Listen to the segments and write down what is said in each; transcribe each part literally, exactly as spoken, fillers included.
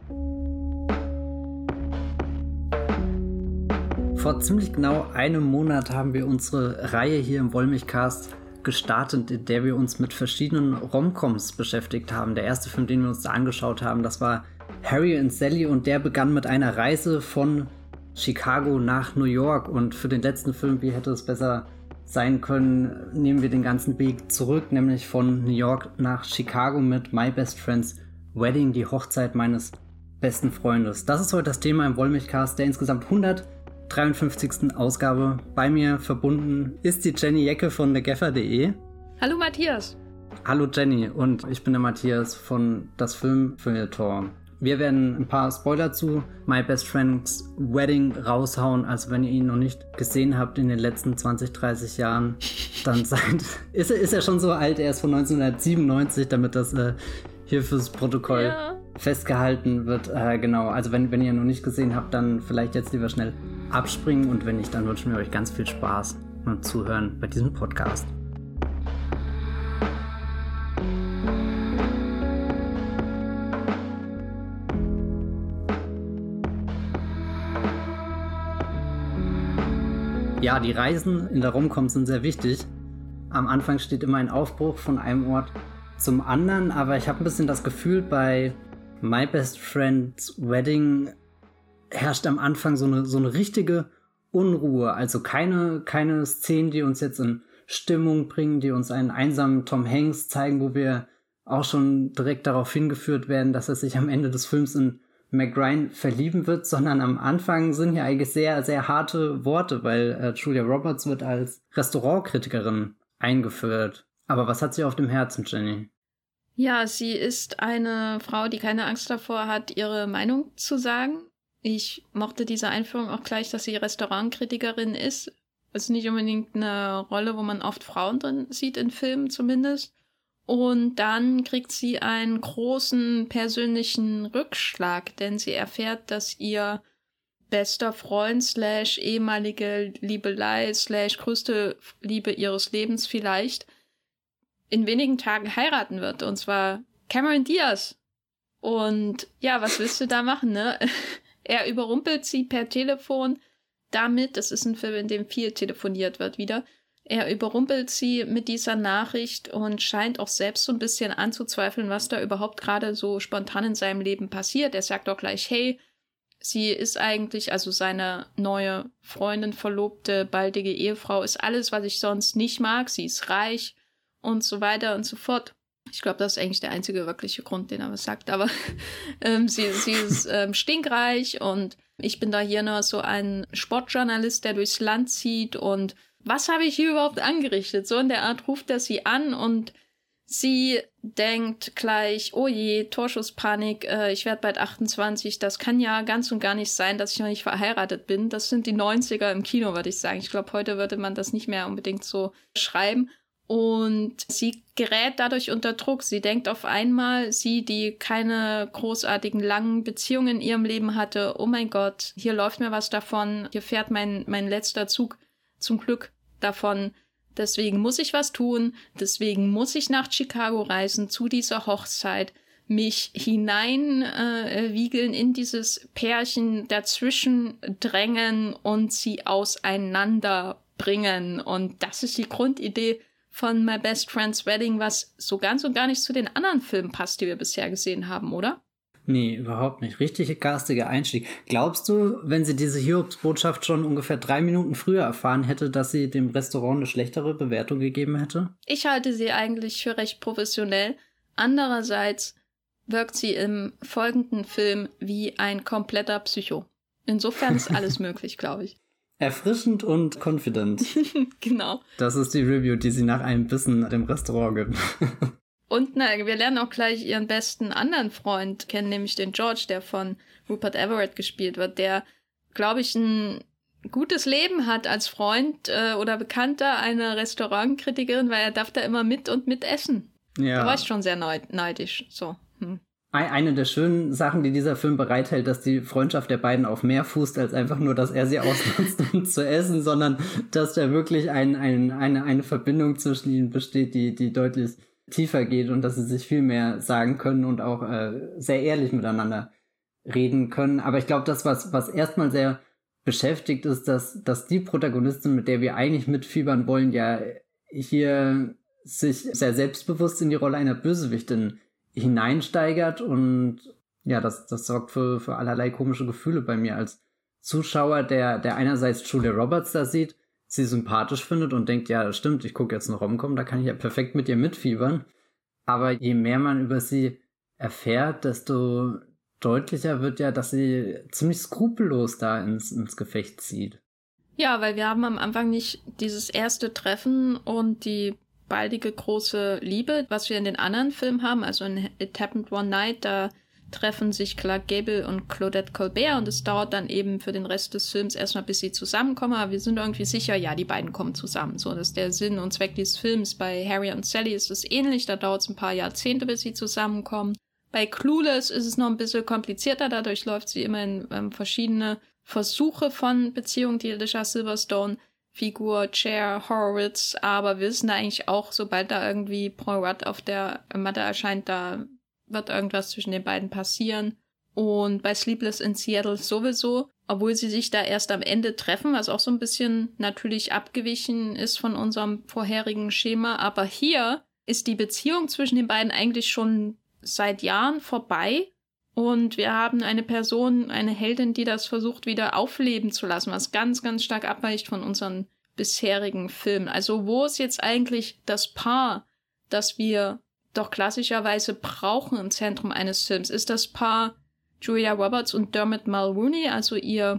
Vor ziemlich genau einem Monat haben wir unsere Reihe hier im Wollmilchcast gestartet, in der wir uns mit verschiedenen Romcoms beschäftigt haben. Der erste Film, den wir uns da angeschaut haben, das war Harry und Sally, und der begann mit einer Reise von Chicago nach New York. Und für den letzten Film, wie hätte es besser sein können, nehmen wir den ganzen Weg zurück, nämlich von New York nach Chicago mit My Best Friend's Wedding, die Hochzeit meines besten Freundes. Das ist heute das Thema im Wollmilchcast, der insgesamt hundertdreiundfünfzigsten Ausgabe. Bei mir verbunden ist die Jenny Jecke von thegaffer punkt de. Hallo Matthias. Hallo Jenny, und ich bin der Matthias von Das Filmfeuilleton. Wir werden ein paar Spoiler zu My Best Friend's Wedding raushauen. Also wenn ihr ihn noch nicht gesehen habt in den letzten zwanzig, dreißig Jahren, dann seid, ist, er, ist er schon so alt, er ist von neunzehnhundertsiebenundneunzig, damit das äh, hier fürs Protokoll ja. festgehalten wird. Äh, genau, also wenn, wenn ihr ihn noch nicht gesehen habt, dann vielleicht jetzt lieber schnell abspringen, und wenn nicht, dann wünschen wir euch ganz viel Spaß beim Zuhören bei diesem Podcast. Ja, die Reisen in der Romcom sind sehr wichtig. Am Anfang steht immer ein Aufbruch von einem Ort zum anderen, aber ich habe ein bisschen das Gefühl, bei My Best Friend's Wedding herrscht am Anfang so eine, so eine richtige Unruhe. Also keine, keine Szenen, die uns jetzt in Stimmung bringen, die uns einen einsamen Tom Hanks zeigen, wo wir auch schon direkt darauf hingeführt werden, dass er sich am Ende des Films in Meg Ryan verlieben wird, sondern am Anfang sind ja eigentlich sehr, sehr harte Worte, weil äh, Julia Roberts wird als Restaurantkritikerin eingeführt. Aber was hat sie auf dem Herzen, Jenny? Ja, sie ist eine Frau, die keine Angst davor hat, ihre Meinung zu sagen. Ich mochte diese Einführung auch gleich, dass sie Restaurantkritikerin ist. Das ist nicht unbedingt eine Rolle, wo man oft Frauen drin sieht, in Filmen zumindest. Und dann kriegt sie einen großen persönlichen Rückschlag, denn sie erfährt, dass ihr bester Freund slash ehemalige Liebelei slash größte Liebe ihres Lebens vielleicht in wenigen Tagen heiraten wird, und zwar Cameron Diaz. Und ja, was willst du da machen, ne? Er überrumpelt sie per Telefon damit, das ist ein Film, in dem viel telefoniert wird wieder, er überrumpelt sie mit dieser Nachricht und scheint auch selbst so ein bisschen anzuzweifeln, was da überhaupt gerade so spontan in seinem Leben passiert. Er sagt auch gleich, hey, sie ist eigentlich, also seine neue Freundin, Verlobte, baldige Ehefrau, ist alles, was ich sonst nicht mag. Sie ist reich und so weiter und so fort. Ich glaube, das ist eigentlich der einzige wirkliche Grund, den er was sagt. Aber ähm, sie, sie ist ähm, stinkreich, und ich bin da hier nur so ein Sportjournalist, der durchs Land zieht, und was habe ich hier überhaupt angerichtet? So in der Art ruft er sie an, und sie denkt gleich, oh je, Torschusspanik, äh, ich werde bald achtundzwanzig, das kann ja ganz und gar nicht sein, dass ich noch nicht verheiratet bin. Das sind die neunziger im Kino, würde ich sagen. Ich glaube, heute würde man das nicht mehr unbedingt so schreiben. Und sie gerät dadurch unter Druck. Sie denkt auf einmal, sie, die keine großartigen langen Beziehungen in ihrem Leben hatte, oh mein Gott, hier läuft mir was davon, hier fährt mein, mein letzter Zug zum Glück davon. Deswegen muss ich was tun. Deswegen muss ich nach Chicago reisen zu dieser Hochzeit, mich hinein äh, wiegeln in dieses Pärchen, dazwischen drängen und sie auseinanderbringen. Und das ist die Grundidee von My Best Friend's Wedding, was so ganz und gar nicht zu den anderen Filmen passt, die wir bisher gesehen haben, oder? Nee, überhaupt nicht. Richtig garstiger Einstieg. Glaubst du, wenn sie diese Hiobsbotschaft schon ungefähr drei Minuten früher erfahren hätte, dass sie dem Restaurant eine schlechtere Bewertung gegeben hätte? Ich halte sie eigentlich für recht professionell. Andererseits wirkt sie im folgenden Film wie ein kompletter Psycho. Insofern ist alles möglich, glaube ich. Erfrischend und confident. Genau. Das ist die Review, die sie nach einem Bissen dem Restaurant gibt. Und na, wir lernen auch gleich ihren besten anderen Freund kennen, nämlich den George, der von Rupert Everett gespielt wird, der, glaube ich, ein gutes Leben hat als Freund äh, oder Bekannter einer Restaurantkritikerin, weil er darf da immer mit und mit essen. Ja. Da war ich schon sehr neidisch. So. Hm. Eine der schönen Sachen, die dieser Film bereithält, dass die Freundschaft der beiden auf mehr fußt, als einfach nur, dass er sie ausnutzt, um zu essen, sondern dass da wirklich ein, ein, eine, eine Verbindung zwischen ihnen besteht, die, die deutlich tiefer geht und dass sie sich viel mehr sagen können und auch äh, sehr ehrlich miteinander reden können. Aber ich glaube, das, was, was erstmal sehr beschäftigt ist, dass, dass die Protagonistin, mit der wir eigentlich mitfiebern wollen, ja hier sich sehr selbstbewusst in die Rolle einer Bösewichtin hineinsteigert und ja, das, das sorgt für, für allerlei komische Gefühle bei mir als Zuschauer, der, der einerseits Julia Roberts da sieht, sie sympathisch findet und denkt, ja, das stimmt, ich gucke jetzt eine Rom-Com, da kann ich ja perfekt mit ihr mitfiebern. Aber je mehr man über sie erfährt, desto deutlicher wird ja, dass sie ziemlich skrupellos da ins, ins Gefecht zieht. Ja, weil wir haben am Anfang nicht dieses erste Treffen und die baldige große Liebe, was wir in den anderen Filmen haben. Also in It Happened One Night, da treffen sich Clark Gable und Claudette Colbert und es dauert dann eben für den Rest des Films erstmal, bis sie zusammenkommen. Aber wir sind irgendwie sicher, ja, die beiden kommen zusammen. So, das ist der Sinn und Zweck dieses Films. Bei Harry und Sally ist es ähnlich. Da dauert es ein paar Jahrzehnte, bis sie zusammenkommen. Bei Clueless ist es noch ein bisschen komplizierter. Dadurch läuft sie immer in ähm, verschiedene Versuche von Beziehungen, die Alicia Silverstone Figur Cher Horowitz, aber wir wissen da eigentlich auch, sobald da irgendwie Paul Rudd auf der Matte erscheint, da wird irgendwas zwischen den beiden passieren. Und bei Sleepless in Seattle sowieso, obwohl sie sich da erst am Ende treffen, was auch so ein bisschen natürlich abgewichen ist von unserem vorherigen Schema. Aber hier ist die Beziehung zwischen den beiden eigentlich schon seit Jahren vorbei. Und wir haben eine Person, eine Heldin, die das versucht, wieder aufleben zu lassen, was ganz, ganz stark abweicht von unseren bisherigen Filmen. Also wo ist jetzt eigentlich das Paar, das wir doch klassischerweise brauchen im Zentrum eines Films? Ist das Paar Julia Roberts und Dermot Mulroney, also ihr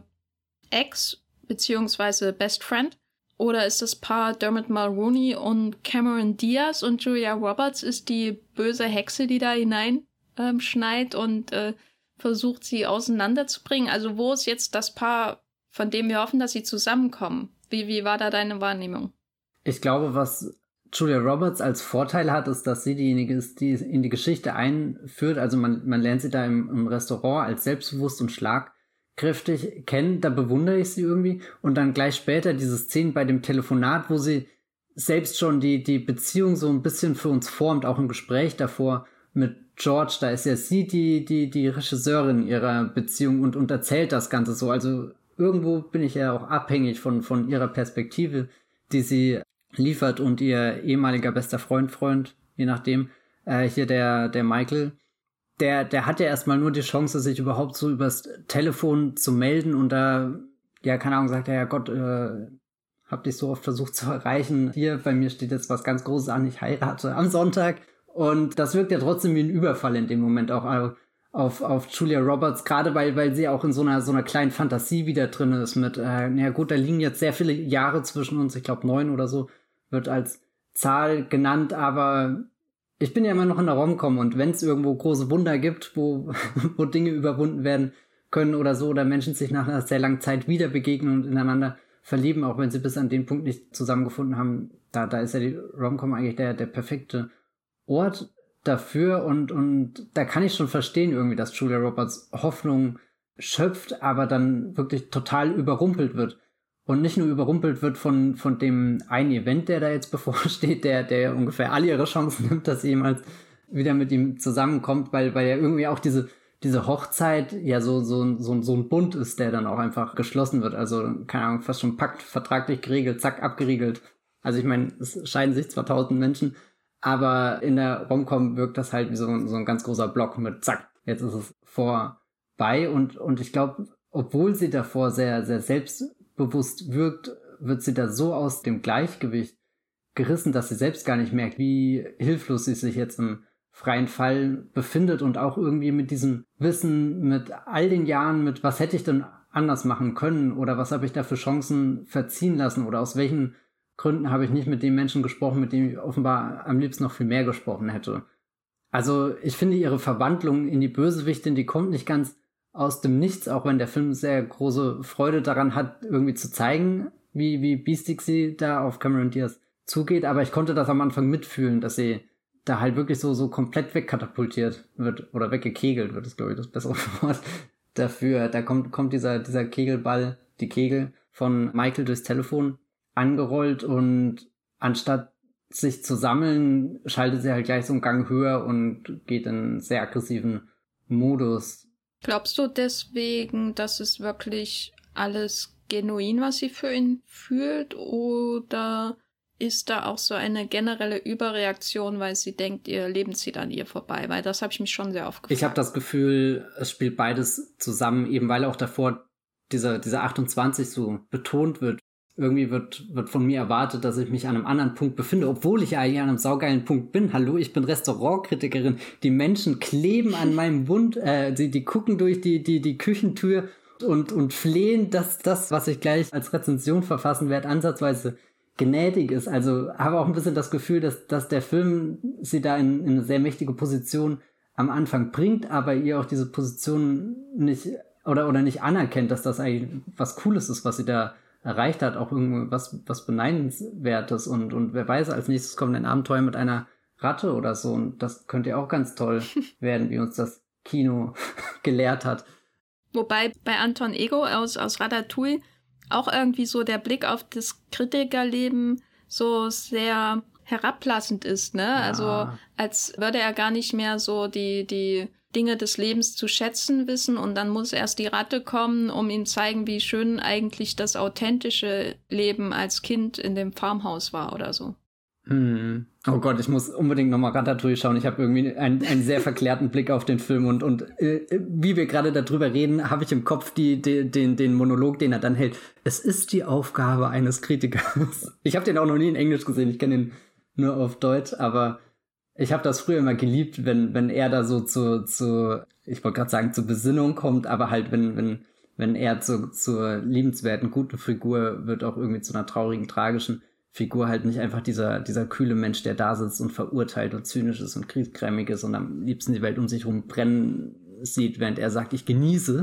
Ex bzw. Best Friend? Oder ist das Paar Dermot Mulroney und Cameron Diaz und Julia Roberts ist die böse Hexe, die da hinein Ähm, schneit und äh, versucht, sie auseinanderzubringen. Also wo ist jetzt das Paar, von dem wir hoffen, dass sie zusammenkommen? Wie, wie war da deine Wahrnehmung? Ich glaube, was Julia Roberts als Vorteil hat, ist, dass sie diejenige ist, die in die Geschichte einführt. Also man, man lernt sie da im, im Restaurant als selbstbewusst und schlagkräftig kennen. Da bewundere ich sie irgendwie. Und dann gleich später diese Szene bei dem Telefonat, wo sie selbst schon die, die Beziehung so ein bisschen für uns formt, auch im Gespräch davor mit George, da ist ja sie die, die, die Regisseurin ihrer Beziehung und, und erzählt das Ganze so. Also irgendwo bin ich ja auch abhängig von, von ihrer Perspektive, die sie liefert und ihr ehemaliger bester Freund, Freund, je nachdem, äh, hier der, der Michael, der, der hat ja erstmal nur die Chance, sich überhaupt so übers Telefon zu melden und da, ja, keine Ahnung, sagt er, ja Gott, äh, hab dich so oft versucht zu erreichen. Hier, bei mir steht jetzt was ganz Großes an, ich heirate am Sonntag. Und das wirkt ja trotzdem wie ein Überfall in dem Moment auch auf, auf Julia Roberts, gerade weil, weil sie auch in so einer, so einer kleinen Fantasie wieder drin ist mit, äh, na gut, da liegen jetzt sehr viele Jahre zwischen uns, ich glaube neun oder so, wird als Zahl genannt, aber ich bin ja immer noch in der Rom-Com und wenn es irgendwo große Wunder gibt, wo, wo Dinge überwunden werden können oder so, oder Menschen sich nach einer sehr langen Zeit wieder begegnen und ineinander verlieben, auch wenn sie bis an den Punkt nicht zusammengefunden haben, da, da ist ja die Rom-Com eigentlich der, der perfekte Ort dafür und, und da kann ich schon verstehen irgendwie, dass Julia Roberts Hoffnung schöpft, aber dann wirklich total überrumpelt wird. Und nicht nur überrumpelt wird von, von dem einen Event, der da jetzt bevorsteht, der, der ungefähr alle ihre Chancen nimmt, dass sie jemals wieder mit ihm zusammenkommt, weil, weil ja irgendwie auch diese, diese Hochzeit ja so, so, so, so ein Bund ist, der dann auch einfach geschlossen wird. Also, keine Ahnung, fast schon Pakt, vertraglich geregelt, zack, abgeriegelt. Also ich meine, es scheiden sich zwar tausend Menschen, aber in der Rom-Com wirkt das halt wie so, so ein ganz großer Block mit zack, jetzt ist es vorbei. Und, und ich glaube, obwohl sie davor sehr, sehr selbstbewusst wirkt, wird sie da so aus dem Gleichgewicht gerissen, dass sie selbst gar nicht merkt, wie hilflos sie sich jetzt im freien Fall befindet und auch irgendwie mit diesem Wissen, mit all den Jahren, mit was hätte ich denn anders machen können oder was habe ich da für Chancen verziehen lassen oder aus welchen Gründen habe ich nicht mit dem Menschen gesprochen, mit dem ich offenbar am liebsten noch viel mehr gesprochen hätte. Also ich finde ihre Verwandlung in die Bösewichtin, die kommt nicht ganz aus dem Nichts, auch wenn der Film sehr große Freude daran hat, irgendwie zu zeigen, wie, wie biestig sie da auf Cameron Diaz zugeht. Aber ich konnte das am Anfang mitfühlen, dass sie da halt wirklich so, so komplett wegkatapultiert wird oder weggekegelt wird, ist glaube ich das bessere Wort dafür. Da kommt, kommt dieser, dieser Kegelball, die Kegel von Michael durchs Telefon angerollt und anstatt sich zu sammeln, schaltet sie halt gleich so einen Gang höher und geht in einen sehr aggressiven Modus. Glaubst du deswegen, dass es wirklich alles genuin, was sie für ihn fühlt, oder ist da auch so eine generelle Überreaktion, weil sie denkt, ihr Leben zieht an ihr vorbei? Weil das habe ich mich schon sehr oft gefragt. Ich habe das Gefühl, es spielt beides zusammen, eben weil auch davor dieser, dieser achtundzwanzig so betont wird. Irgendwie wird, wird von mir erwartet, dass ich mich an einem anderen Punkt befinde, obwohl ich eigentlich an einem saugeilen Punkt bin. Hallo, ich bin Restaurantkritikerin. Die Menschen kleben an meinem Wund, äh, die, die gucken durch die, die, die Küchentür und, und flehen, dass das, was ich gleich als Rezension verfassen werde, ansatzweise gnädig ist. Also habe auch ein bisschen das Gefühl, dass, dass der Film sie da in, in eine sehr mächtige Position am Anfang bringt, aber ihr auch diese Position nicht oder, oder nicht anerkennt, dass das eigentlich was Cooles ist, was sie da erreicht hat, auch irgendwas was Beneidenswertes und, und wer weiß, als nächstes kommt ein Abenteuer mit einer Ratte oder so und das könnte ja auch ganz toll werden, wie uns das Kino gelehrt hat. Wobei bei Anton Ego aus, aus Ratatouille auch irgendwie so der Blick auf das Kritikerleben so sehr herablassend ist, ne? Ja. Also als würde er gar nicht mehr so die, die Dinge des Lebens zu schätzen wissen und dann muss erst die Ratte kommen, um ihm zeigen, wie schön eigentlich das authentische Leben als Kind in dem Farmhaus war oder so. Hm. Oh Gott, ich muss unbedingt nochmal Ratatouille schauen. Ich habe irgendwie einen, einen sehr verklärten Blick auf den Film und, und äh, wie wir gerade darüber reden, habe ich im Kopf die, die, den, den Monolog, den er dann hält. Es ist die Aufgabe eines Kritikers. Ich habe den auch noch nie in Englisch gesehen, ich kenne ihn nur auf Deutsch, aber ich habe das früher immer geliebt, wenn, wenn er da so zu, zu ich wollte gerade sagen, zur Besinnung kommt, aber halt, wenn, wenn, wenn er zu, zur liebenswerten, guten Figur wird, auch irgendwie zu einer traurigen, tragischen Figur, halt nicht einfach dieser, dieser kühle Mensch, der da sitzt und verurteilt und zynisch ist und kriegskrämig ist und am liebsten die Welt um sich herum brennen sieht, während er sagt, ich genieße.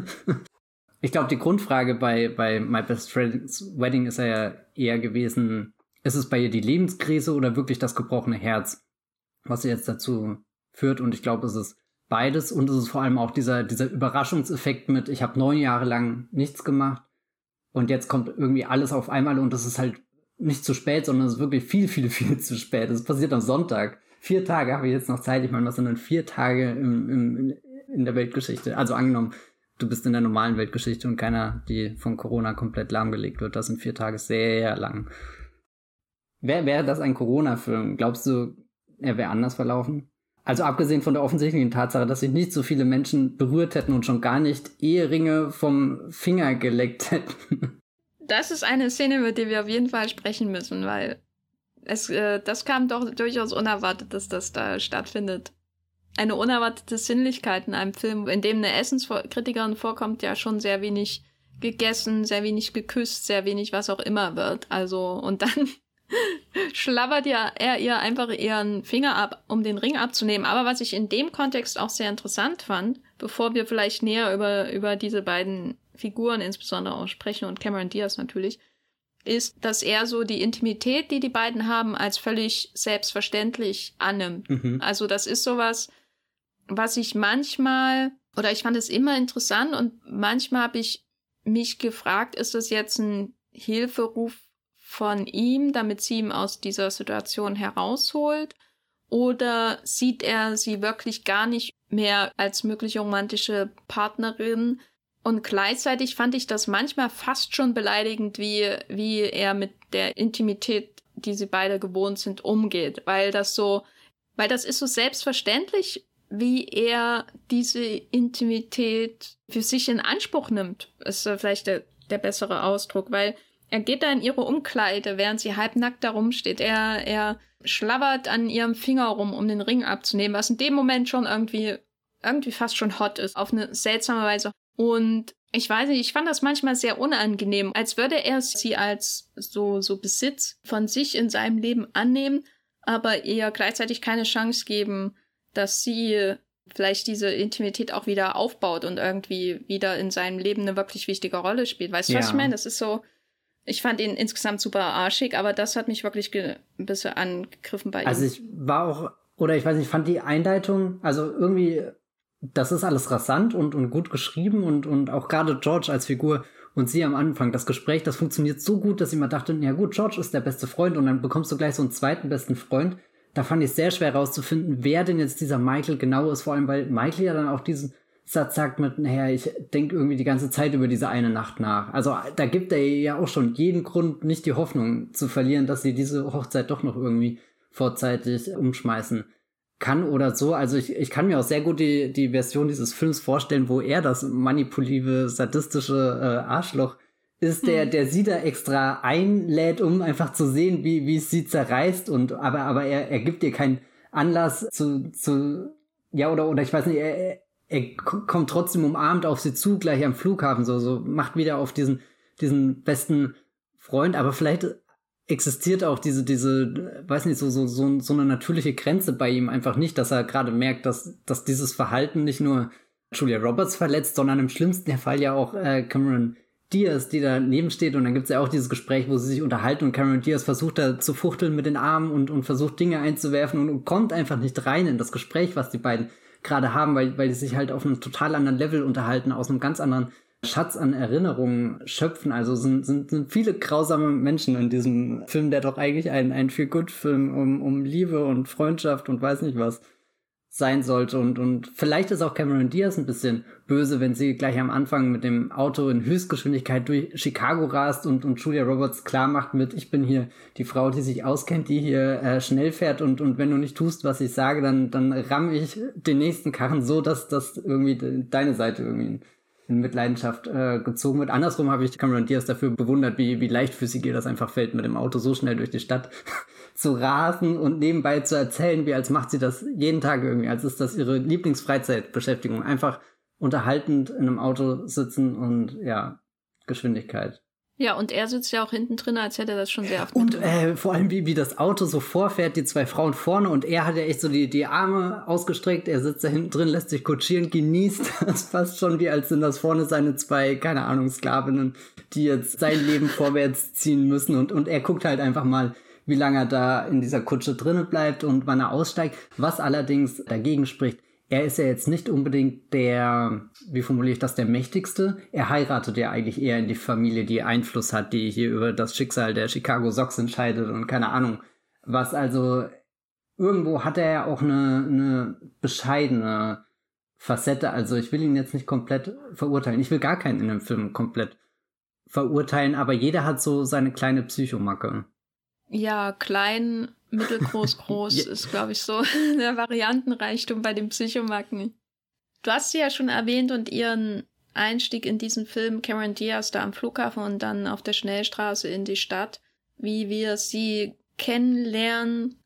Ich glaube, die Grundfrage bei, bei My Best Friend's Wedding ist ja eher gewesen, ist es bei ihr die Lebenskrise oder wirklich das gebrochene Herz, was sie jetzt dazu führt? Und ich glaube, es ist beides und es ist vor allem auch dieser, dieser Überraschungseffekt mit, ich habe neun Jahre lang nichts gemacht und jetzt kommt irgendwie alles auf einmal und es ist halt nicht zu spät, sondern es ist wirklich viel, viel, viel zu spät. Es passiert am Sonntag. Vier Tage habe ich jetzt noch Zeit. Ich meine, was sind denn vier Tage im, im, in der Weltgeschichte? Also angenommen, du bist in der normalen Weltgeschichte und keiner, die von Corona komplett lahmgelegt wird. Das sind vier Tage sehr lang. Wäre wär das ein Corona-Film? Glaubst du, er wäre anders verlaufen? Also abgesehen von der offensichtlichen Tatsache, dass sich nicht so viele Menschen berührt hätten und schon gar nicht Eheringe vom Finger geleckt hätten. Das ist eine Szene, über die wir auf jeden Fall sprechen müssen, weil es, äh, das kam doch durchaus unerwartet, dass das da stattfindet. Eine unerwartete Sinnlichkeit in einem Film, in dem eine Essenskritikerin vorkommt, ja schon sehr wenig gegessen, sehr wenig geküsst, sehr wenig was auch immer wird. Also, und dann schlabbert ja er ihr einfach ihren Finger ab, um den Ring abzunehmen. Aber was ich in dem Kontext auch sehr interessant fand, bevor wir vielleicht näher über, über diese beiden Figuren insbesondere auch sprechen und Cameron Diaz natürlich, ist, dass er so die Intimität, die die beiden haben, als völlig selbstverständlich annimmt. Mhm. Also das ist sowas, was ich manchmal, oder ich fand es immer interessant und manchmal habe ich mich gefragt, ist das jetzt ein Hilferuf von ihm, damit sie ihn aus dieser Situation herausholt, oder sieht er sie wirklich gar nicht mehr als mögliche romantische Partnerin? Und gleichzeitig fand ich das manchmal fast schon beleidigend, wie, wie er mit der Intimität, die sie beide gewohnt sind, umgeht. Weil das so, weil das ist so selbstverständlich, wie er diese Intimität für sich in Anspruch nimmt. Ist vielleicht der, der bessere Ausdruck, weil er geht da in ihre Umkleide, während sie halbnackt da rumsteht. Er, er schlabbert an ihrem Finger rum, um den Ring abzunehmen, was in dem Moment schon irgendwie, irgendwie fast schon hot ist, auf eine seltsame Weise. Und ich weiß nicht, ich fand das manchmal sehr unangenehm, als würde er sie als so, so Besitz von sich in seinem Leben annehmen, aber ihr gleichzeitig keine Chance geben, dass sie vielleicht diese Intimität auch wieder aufbaut und irgendwie wieder in seinem Leben eine wirklich wichtige Rolle spielt. Weißt du, ja. was ich meine? Das ist so, ich fand ihn insgesamt super arschig, aber das hat mich wirklich ge- ein bisschen angegriffen bei ihm. Also ich war auch, oder ich weiß nicht, ich fand die Einleitung, also irgendwie, das ist alles rasant und, und gut geschrieben und, und auch gerade George als Figur und sie am Anfang, das Gespräch, das funktioniert so gut, dass ich mir dachte, ja gut, George ist der beste Freund und dann bekommst du gleich so einen zweiten besten Freund. Da fand ich es sehr schwer rauszufinden, wer denn jetzt dieser Michael genau ist, vor allem weil Michael ja dann auch diesen Satz sagt mit, naja, ich denke irgendwie die ganze Zeit über diese eine Nacht nach. Also da gibt er ja auch schon jeden Grund, nicht die Hoffnung zu verlieren, dass sie diese Hochzeit doch noch irgendwie vorzeitig umschmeißen kann oder so. Also ich, ich kann mir auch sehr gut die, die Version dieses Films vorstellen, wo er das manipulative, sadistische äh, Arschloch ist, der, der sie da extra einlädt, um einfach zu sehen, wie, wie es sie zerreißt und, aber, aber er, er gibt ihr keinen Anlass zu, zu, ja, oder, oder ich weiß nicht, er, er kommt trotzdem umarmt auf sie zu, gleich am Flughafen, so, so, macht wieder auf diesen, diesen besten Freund, aber vielleicht existiert auch diese, diese, weiß nicht, so, so, so, so eine natürliche Grenze bei ihm einfach nicht, dass er gerade merkt, dass, dass dieses Verhalten nicht nur Julia Roberts verletzt, sondern im schlimmsten der Fall ja auch äh, Cameron Diaz, die daneben steht, und dann gibt's ja auch dieses Gespräch, wo sie sich unterhalten und Cameron Diaz versucht da zu fuchteln mit den Armen und, und versucht Dinge einzuwerfen und, und kommt einfach nicht rein in das Gespräch, was die beiden gerade haben, weil, weil die sich halt auf einem total anderen Level unterhalten, aus einem ganz anderen Schatz an Erinnerungen schöpfen. Also sind, sind, sind viele grausame Menschen in diesem Film, der doch eigentlich ein, ein Feel-Good-Film um, um Liebe und Freundschaft und weiß nicht was sein sollte. Und, und vielleicht ist auch Cameron Diaz ein bisschen böse, wenn sie gleich am Anfang mit dem Auto in Höchstgeschwindigkeit durch Chicago rast und, und Julia Roberts klar macht mit, ich bin hier die Frau, die sich auskennt, die hier äh, schnell fährt und, und wenn du nicht tust, was ich sage, dann, dann ramm ich den nächsten Karren so, dass, dass irgendwie deine Seite irgendwie in Mitleidenschaft äh, gezogen wird. Andersrum habe ich Cameron Diaz dafür bewundert, wie, wie leichtfüßig ihr das einfach fällt, mit dem Auto so schnell durch die Stadt zu rasen und nebenbei zu erzählen, wie als macht sie das jeden Tag irgendwie, als ist das ihre Lieblingsfreizeitbeschäftigung. Einfach unterhaltend in einem Auto sitzen und ja, Geschwindigkeit. Ja, und er sitzt ja auch hinten drin, als hätte er das schon sehr oft Und äh, vor allem, wie, wie das Auto so vorfährt, die zwei Frauen vorne und er hat ja echt so die, die Arme ausgestreckt, er sitzt da hinten drin, lässt sich kutschieren, genießt das fast schon, wie als sind das vorne seine zwei, keine Ahnung, Sklavinnen, die jetzt sein Leben vorwärts ziehen müssen und, und er guckt halt einfach mal, wie lange er da in dieser Kutsche drinnen bleibt und wann er aussteigt, was allerdings dagegen spricht. Er ist ja jetzt nicht unbedingt der, wie formuliere ich das, der Mächtigste. Er heiratet ja eigentlich eher in die Familie, die Einfluss hat, die hier über das Schicksal der Chicago Sox entscheidet und keine Ahnung was. Also irgendwo hat er ja auch eine, eine bescheidene Facette. Also ich will ihn jetzt nicht komplett verurteilen. Ich will gar keinen in dem Film komplett verurteilen, aber jeder hat so seine kleine Psychomacke. Ja, klein, mittelgroß, groß ist, glaube ich, so der Variantenreichtum bei den Psychomacken. Du hast sie ja schon erwähnt und ihren Einstieg in diesen Film, Cameron Diaz da am Flughafen und dann auf der Schnellstraße in die Stadt, wie wir sie kennenlernen.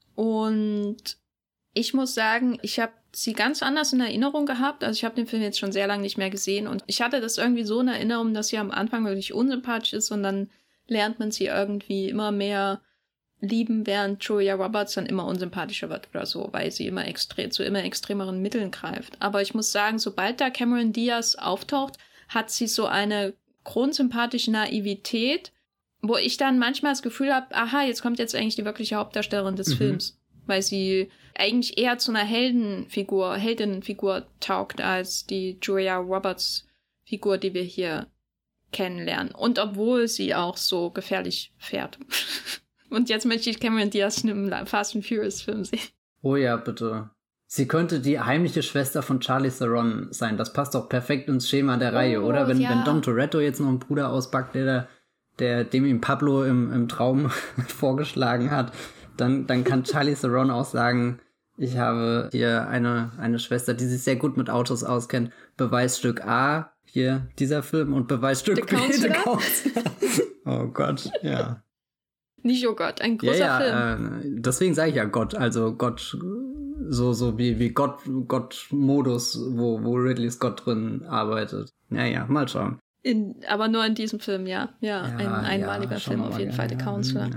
Und ich muss sagen, ich habe sie ganz anders in Erinnerung gehabt. Also ich habe den Film jetzt schon sehr lange nicht mehr gesehen und ich hatte das irgendwie so in Erinnerung, dass sie am Anfang wirklich unsympathisch ist und dann lernt man sie irgendwie immer mehr lieben, während Julia Roberts dann immer unsympathischer wird oder so, weil sie immer extre- zu immer extremeren Mitteln greift. Aber ich muss sagen, sobald da Cameron Diaz auftaucht, hat sie so eine grundsympathische Naivität, wo ich dann manchmal das Gefühl habe, aha, jetzt kommt jetzt eigentlich die wirkliche Hauptdarstellerin des mhm. Films, weil sie eigentlich eher zu einer Heldenfigur, Heldinnenfigur taugt, als die Julia Roberts Figur, die wir hier kennenlernen. Und obwohl sie auch so gefährlich fährt. Und jetzt möchte ich Cameron Diaz in einem Fast and Furious Film sehen. Oh ja, bitte. Sie könnte die heimliche Schwester von Charlie Theron sein. Das passt doch perfekt ins Schema der oh, Reihe, oder? Wenn, ja. wenn Dom Toretto jetzt noch einen Bruder auspackt, der, der dem ihm Pablo im, im Traum vorgeschlagen hat, dann, dann kann Charlie Theron auch sagen, ich habe hier eine, eine Schwester, die sich sehr gut mit Autos auskennt. Beweisstück A, hier dieser Film, und Beweisstück B, The Counselor. Oh Gott, ja. Nicht oh Gott, ein großer ja, ja, Film. Äh, deswegen sage ich ja Gott, also Gott, so so wie wie Gott Gott-Modus, wo wo Ridley Scott drin arbeitet. Naja, mal schauen. In, aber nur in diesem Film, ja. Ja, ja ein einmaliger ja, Film auf jeden Fall, The Counselor.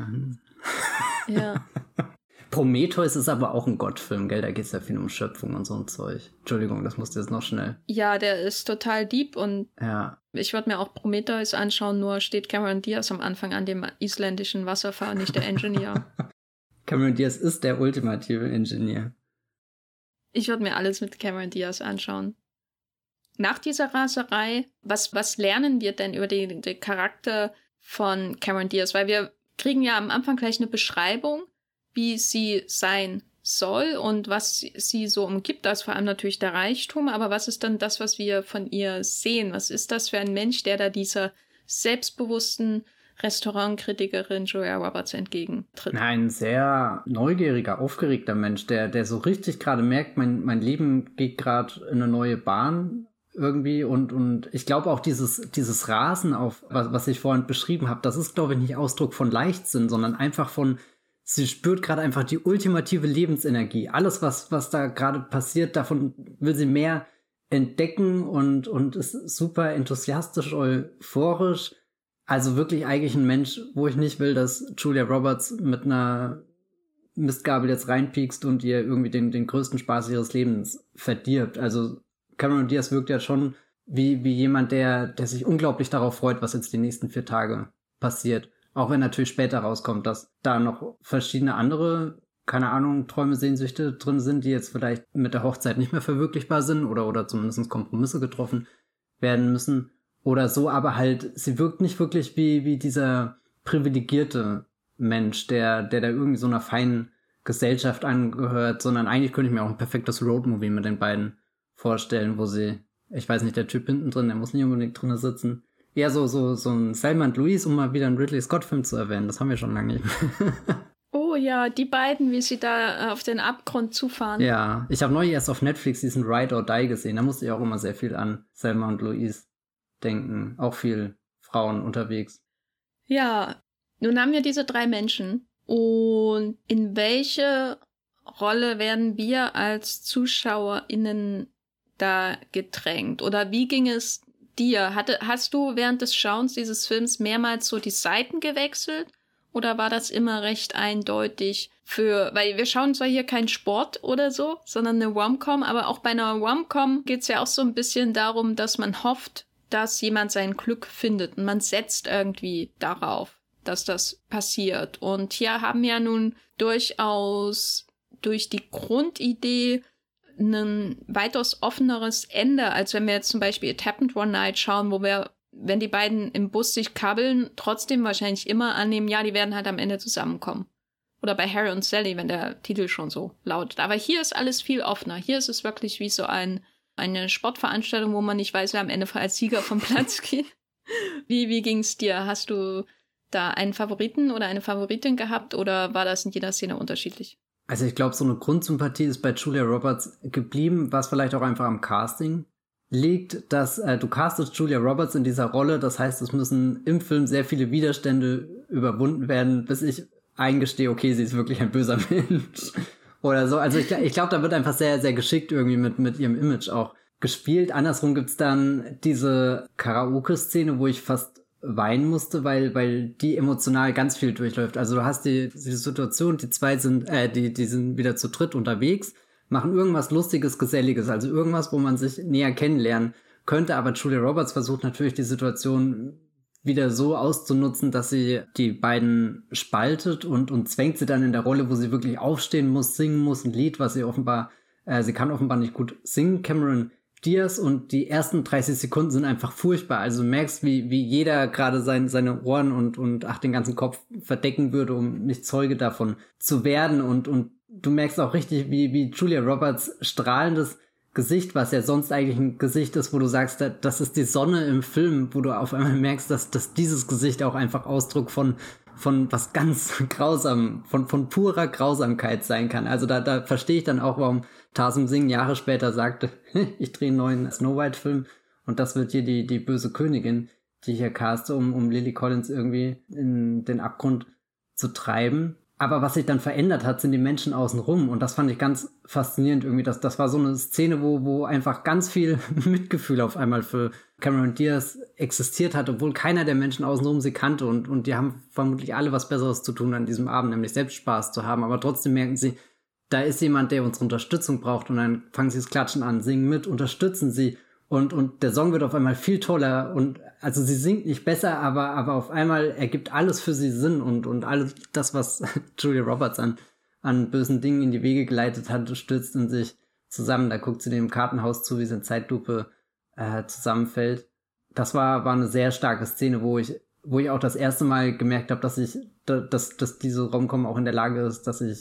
Ja. ja. Prometheus ist aber auch ein Gottfilm, gell? Da geht es ja viel um Schöpfung und so ein Zeug. Entschuldigung, das musste jetzt noch schnell. Ja, der ist total deep und ja. Ich würde mir auch Prometheus anschauen, nur steht Cameron Diaz am Anfang an dem isländischen Wasserfall, nicht der Engineer. Cameron Diaz ist der ultimative Ingenieur. Ich würde mir alles mit Cameron Diaz anschauen. Nach dieser Raserei, was, was lernen wir denn über den, den Charakter von Cameron Diaz? Weil wir kriegen ja am Anfang gleich eine Beschreibung, wie sie sein soll und was sie so umgibt. Das ist vor allem natürlich der Reichtum, aber was ist dann das, was wir von ihr sehen? Was ist das für ein Mensch, der da dieser selbstbewussten Restaurantkritikerin Julia Roberts entgegentritt? Ein sehr neugieriger, aufgeregter Mensch, der, der so richtig gerade merkt, mein, mein Leben geht gerade in eine neue Bahn irgendwie und, und ich glaube auch dieses, dieses Rasen auf, was, was ich vorhin beschrieben habe, das ist, glaube ich, nicht Ausdruck von Leichtsinn, sondern einfach von, sie spürt gerade einfach die ultimative Lebensenergie. Alles, was, was da gerade passiert, davon will sie mehr entdecken und, und ist super enthusiastisch, euphorisch. Also wirklich eigentlich ein Mensch, wo ich nicht will, dass Julia Roberts mit einer Mistgabel jetzt reinpiekst und ihr irgendwie den, den größten Spaß ihres Lebens verdirbt. Also Cameron Diaz wirkt ja schon wie, wie jemand, der, der sich unglaublich darauf freut, was jetzt die nächsten vier Tage passiert. Auch wenn natürlich später rauskommt, dass da noch verschiedene andere, keine Ahnung, Träume, Sehnsüchte drin sind, die jetzt vielleicht mit der Hochzeit nicht mehr verwirklichbar sind oder, oder zumindest Kompromisse getroffen werden müssen. Oder so, aber halt, sie wirkt nicht wirklich wie, wie dieser privilegierte Mensch, der, der da irgendwie so einer feinen Gesellschaft angehört, sondern eigentlich könnte ich mir auch ein perfektes Roadmovie mit den beiden vorstellen, wo sie, ich weiß nicht, der Typ hinten drin, der muss nicht unbedingt drin sitzen. Eher so, so, so ein Selma und Louise, um mal wieder einen Ridley Scott-Film zu erwähnen. Das haben wir schon lange nicht mehr. Oh ja, die beiden, wie sie da auf den Abgrund zufahren. Ja, ich habe neulich erst auf Netflix diesen Ride or Die gesehen. Da musste ich auch immer sehr viel an Selma und Louise denken. Auch viel Frauen unterwegs. Ja, nun haben wir diese drei Menschen. Und in welche Rolle werden wir als ZuschauerInnen da gedrängt? Oder wie ging es dir? Hatte, hast du während des Schauens dieses Films mehrmals so die Seiten gewechselt? Oder war das immer recht eindeutig für, weil wir schauen zwar hier keinen Sport oder so, sondern eine Rom-Com, aber auch bei einer Rom-Com geht es ja auch so ein bisschen darum, dass man hofft, dass jemand sein Glück findet. Und man setzt irgendwie darauf, dass das passiert. Und hier haben wir nun durchaus durch die Grundidee ein weitaus offeneres Ende, als wenn wir jetzt zum Beispiel It Happened One Night schauen, wo wir, wenn die beiden im Bus sich kabbeln, trotzdem wahrscheinlich immer annehmen, ja, die werden halt am Ende zusammenkommen. Oder bei Harry und Sally, wenn der Titel schon so lautet. Aber hier ist alles viel offener. Hier ist es wirklich wie so ein, eine Sportveranstaltung, wo man nicht weiß, wer am Ende als Sieger vom Platz geht. Wie, wie ging's dir? Hast du da einen Favoriten oder eine Favoritin gehabt oder war das in jeder Szene unterschiedlich? Also ich glaube, so eine Grundsympathie ist bei Julia Roberts geblieben, was vielleicht auch einfach am Casting liegt, dass äh, du castest Julia Roberts in dieser Rolle, das heißt, es müssen im Film sehr viele Widerstände überwunden werden, bis ich eingestehe, okay, sie ist wirklich ein böser Mensch oder so. Also ich, ich glaube, da wird einfach sehr, sehr geschickt irgendwie mit, mit ihrem Image auch gespielt. Andersrum gibt's dann diese Karaoke-Szene, wo ich fast weinen musste, weil weil die emotional ganz viel durchläuft. Also du hast die, die Situation, die zwei sind, äh, die, die sind wieder zu dritt unterwegs, machen irgendwas Lustiges, Geselliges, also irgendwas, wo man sich näher kennenlernen könnte, aber Julia Roberts versucht natürlich die Situation wieder so auszunutzen, dass sie die beiden spaltet und, und zwängt sie dann in der Rolle, wo sie wirklich aufstehen muss, singen muss, ein Lied, was sie offenbar, äh, sie kann offenbar nicht gut singen, Cameron Diaz, und die ersten dreißig Sekunden sind einfach furchtbar. Also du merkst, wie, wie jeder gerade sein, seine Ohren und, und ach, den ganzen Kopf verdecken würde, um nicht Zeuge davon zu werden. Und, und du merkst auch richtig, wie, wie Julia Roberts strahlendes Gesicht, was ja sonst eigentlich ein Gesicht ist, wo du sagst, das ist die Sonne im Film, wo du auf einmal merkst, dass, dass dieses Gesicht auch einfach Ausdruck von, von was ganz grausam, von, von purer Grausamkeit sein kann. Also da, da verstehe ich dann auch, warum Tarsem Singh Jahre später sagte, ich drehe einen neuen Snow White Film und das wird hier die, die böse Königin, die ich hier caste, um, um Lily Collins irgendwie in den Abgrund zu treiben. Aber was sich dann verändert hat, sind die Menschen außenrum. Und das fand ich ganz faszinierend irgendwie. Das, das war so eine Szene, wo, wo einfach ganz viel Mitgefühl auf einmal für Cameron Diaz existiert hat, obwohl keiner der Menschen außenrum sie kannte. Und, und die haben vermutlich alle was Besseres zu tun an diesem Abend, nämlich selbst Spaß zu haben. Aber trotzdem merken sie, da ist jemand, der unsere Unterstützung braucht. Und dann fangen sie das Klatschen an, singen mit, unterstützen sie. Und, und der Song wird auf einmal viel toller und also sie singt nicht besser, aber, aber auf einmal ergibt alles für sie Sinn und, und alles das, was Julia Roberts an, an bösen Dingen in die Wege geleitet hat, stürzt in sich zusammen. Da guckt sie dem Kartenhaus zu, wie es in Zeitlupe äh, zusammenfällt. Das war, war eine sehr starke Szene, wo ich, wo ich auch das erste Mal gemerkt habe, dass ich, dass, dass diese Rom-Com auch in der Lage ist, dass ich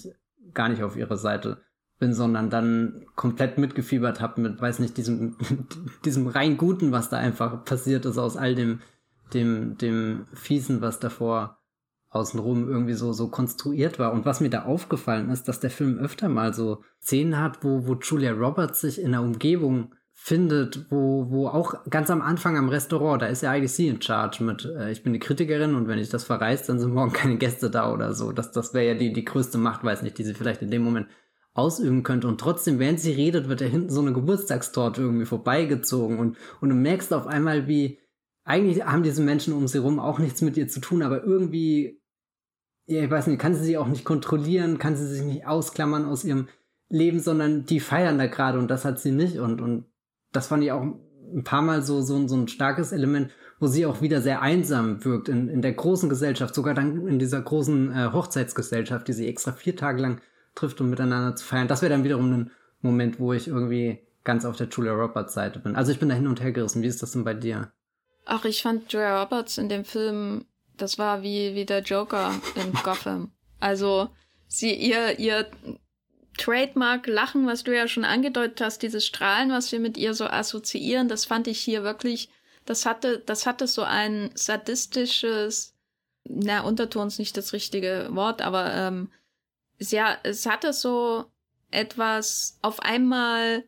gar nicht auf ihrer Seite bin, sondern dann komplett mitgefiebert habe mit, weiß nicht, diesem, diesem rein Guten, was da einfach passiert ist aus all dem, dem, dem Fiesen, was davor außenrum irgendwie so, so konstruiert war. Und was mir da aufgefallen ist, dass der Film öfter mal so Szenen hat, wo, wo Julia Roberts sich in einer Umgebung findet, wo, wo auch ganz am Anfang am Restaurant, da ist ja eigentlich sie in charge mit, äh, ich bin die Kritikerin und wenn ich das verreiß, dann sind morgen keine Gäste da oder so. Das, das wäre ja die, die größte Macht, weiß nicht, die sie vielleicht in dem Moment ausüben könnte. Und trotzdem, während sie redet, wird da hinten so eine Geburtstagstorte irgendwie vorbeigezogen und, und du merkst auf einmal, wie eigentlich haben diese Menschen um sie rum auch nichts mit ihr zu tun, aber irgendwie, ja, ich weiß nicht, kann sie sich auch nicht kontrollieren, kann sie sich nicht ausklammern aus ihrem Leben, sondern die feiern da gerade und das hat sie nicht. Und, und das fand ich auch ein paar Mal so, so, so ein starkes Element, wo sie auch wieder sehr einsam wirkt in, in der großen Gesellschaft, sogar dann in dieser großen äh, Hochzeitsgesellschaft, die sie extra vier Tage lang trifft, um miteinander zu feiern. Das wäre dann wiederum ein Moment, wo ich irgendwie ganz auf der Julia Roberts Seite bin. Also ich bin da hin und her gerissen. Wie ist das denn bei dir? Ach, ich fand Julia Roberts in dem Film, das war wie, wie der Joker in Gotham. Also sie, ihr, ihr Trademark-Lachen, was du ja schon angedeutet hast, dieses Strahlen, was wir mit ihr so assoziieren, das fand ich hier wirklich, das hatte, das hatte so ein sadistisches, na, Unterton ist nicht das richtige Wort, aber ähm, ja, es hatte so etwas auf einmal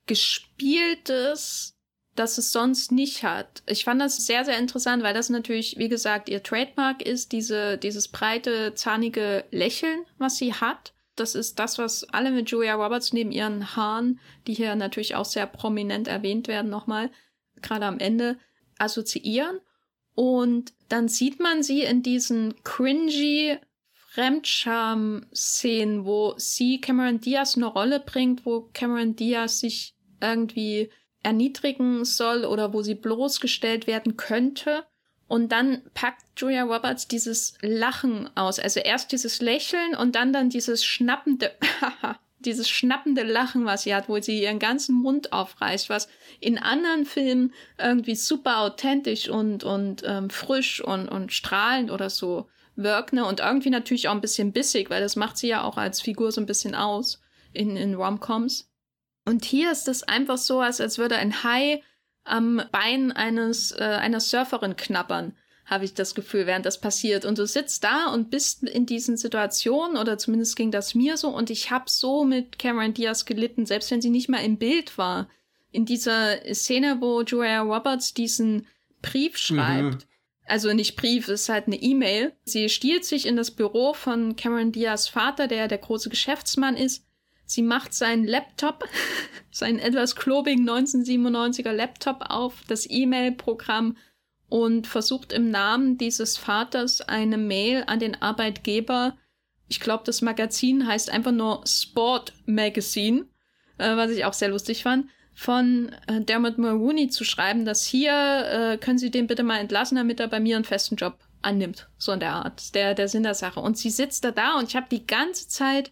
Gespieltes, das es sonst nicht hat. Ich fand das sehr, sehr interessant, weil das natürlich, wie gesagt, ihr Trademark ist, diese, dieses breite, zahnige Lächeln, was sie hat. Das ist das, was alle mit Julia Roberts neben ihren Haaren, die hier natürlich auch sehr prominent erwähnt werden nochmal, gerade am Ende, assoziieren. Und dann sieht man sie in diesen cringy Fremdscham-Szenen, wo sie Cameron Diaz eine Rolle bringt, wo Cameron Diaz sich irgendwie erniedrigen soll oder wo sie bloßgestellt werden könnte. Und dann packt Julia Roberts dieses Lachen aus. Also erst dieses Lächeln und dann dann dieses schnappende, dieses schnappende Lachen, was sie hat, wo sie ihren ganzen Mund aufreißt, was in anderen Filmen irgendwie super authentisch und, und ähm, frisch und, und strahlend oder so wirkt, ne? Und irgendwie natürlich auch ein bisschen bissig, weil das macht sie ja auch als Figur so ein bisschen aus in, in Rom-Coms. Und hier ist es einfach so, als, als würde ein Hai am Bein eines äh, einer Surferin knabbern, habe ich das Gefühl, während das passiert. Und du sitzt da und bist in diesen Situationen, oder zumindest ging das mir so, und ich habe so mit Cameron Diaz gelitten, selbst wenn sie nicht mal im Bild war. In dieser Szene, wo Julia Roberts diesen Brief schreibt, mhm. Also nicht Brief, es ist halt eine E-Mail. Sie stiehlt sich in das Büro von Cameron Diaz' Vater, der der große Geschäftsmann ist. Sie macht seinen Laptop, seinen etwas klobigen neunzehnhundertsiebenundneunziger Laptop auf, das E-Mail-Programm, und versucht im Namen dieses Vaters eine Mail an den Arbeitgeber, ich glaube, das Magazin heißt einfach nur Sport Magazine, äh, was ich auch sehr lustig fand, von äh, Dermot Mulroney zu schreiben, dass hier, äh, können Sie den bitte mal entlassen, damit er bei mir einen festen Job annimmt. So in der Art, der, der Sinn der Sache. Und sie sitzt da da und ich habe die ganze Zeit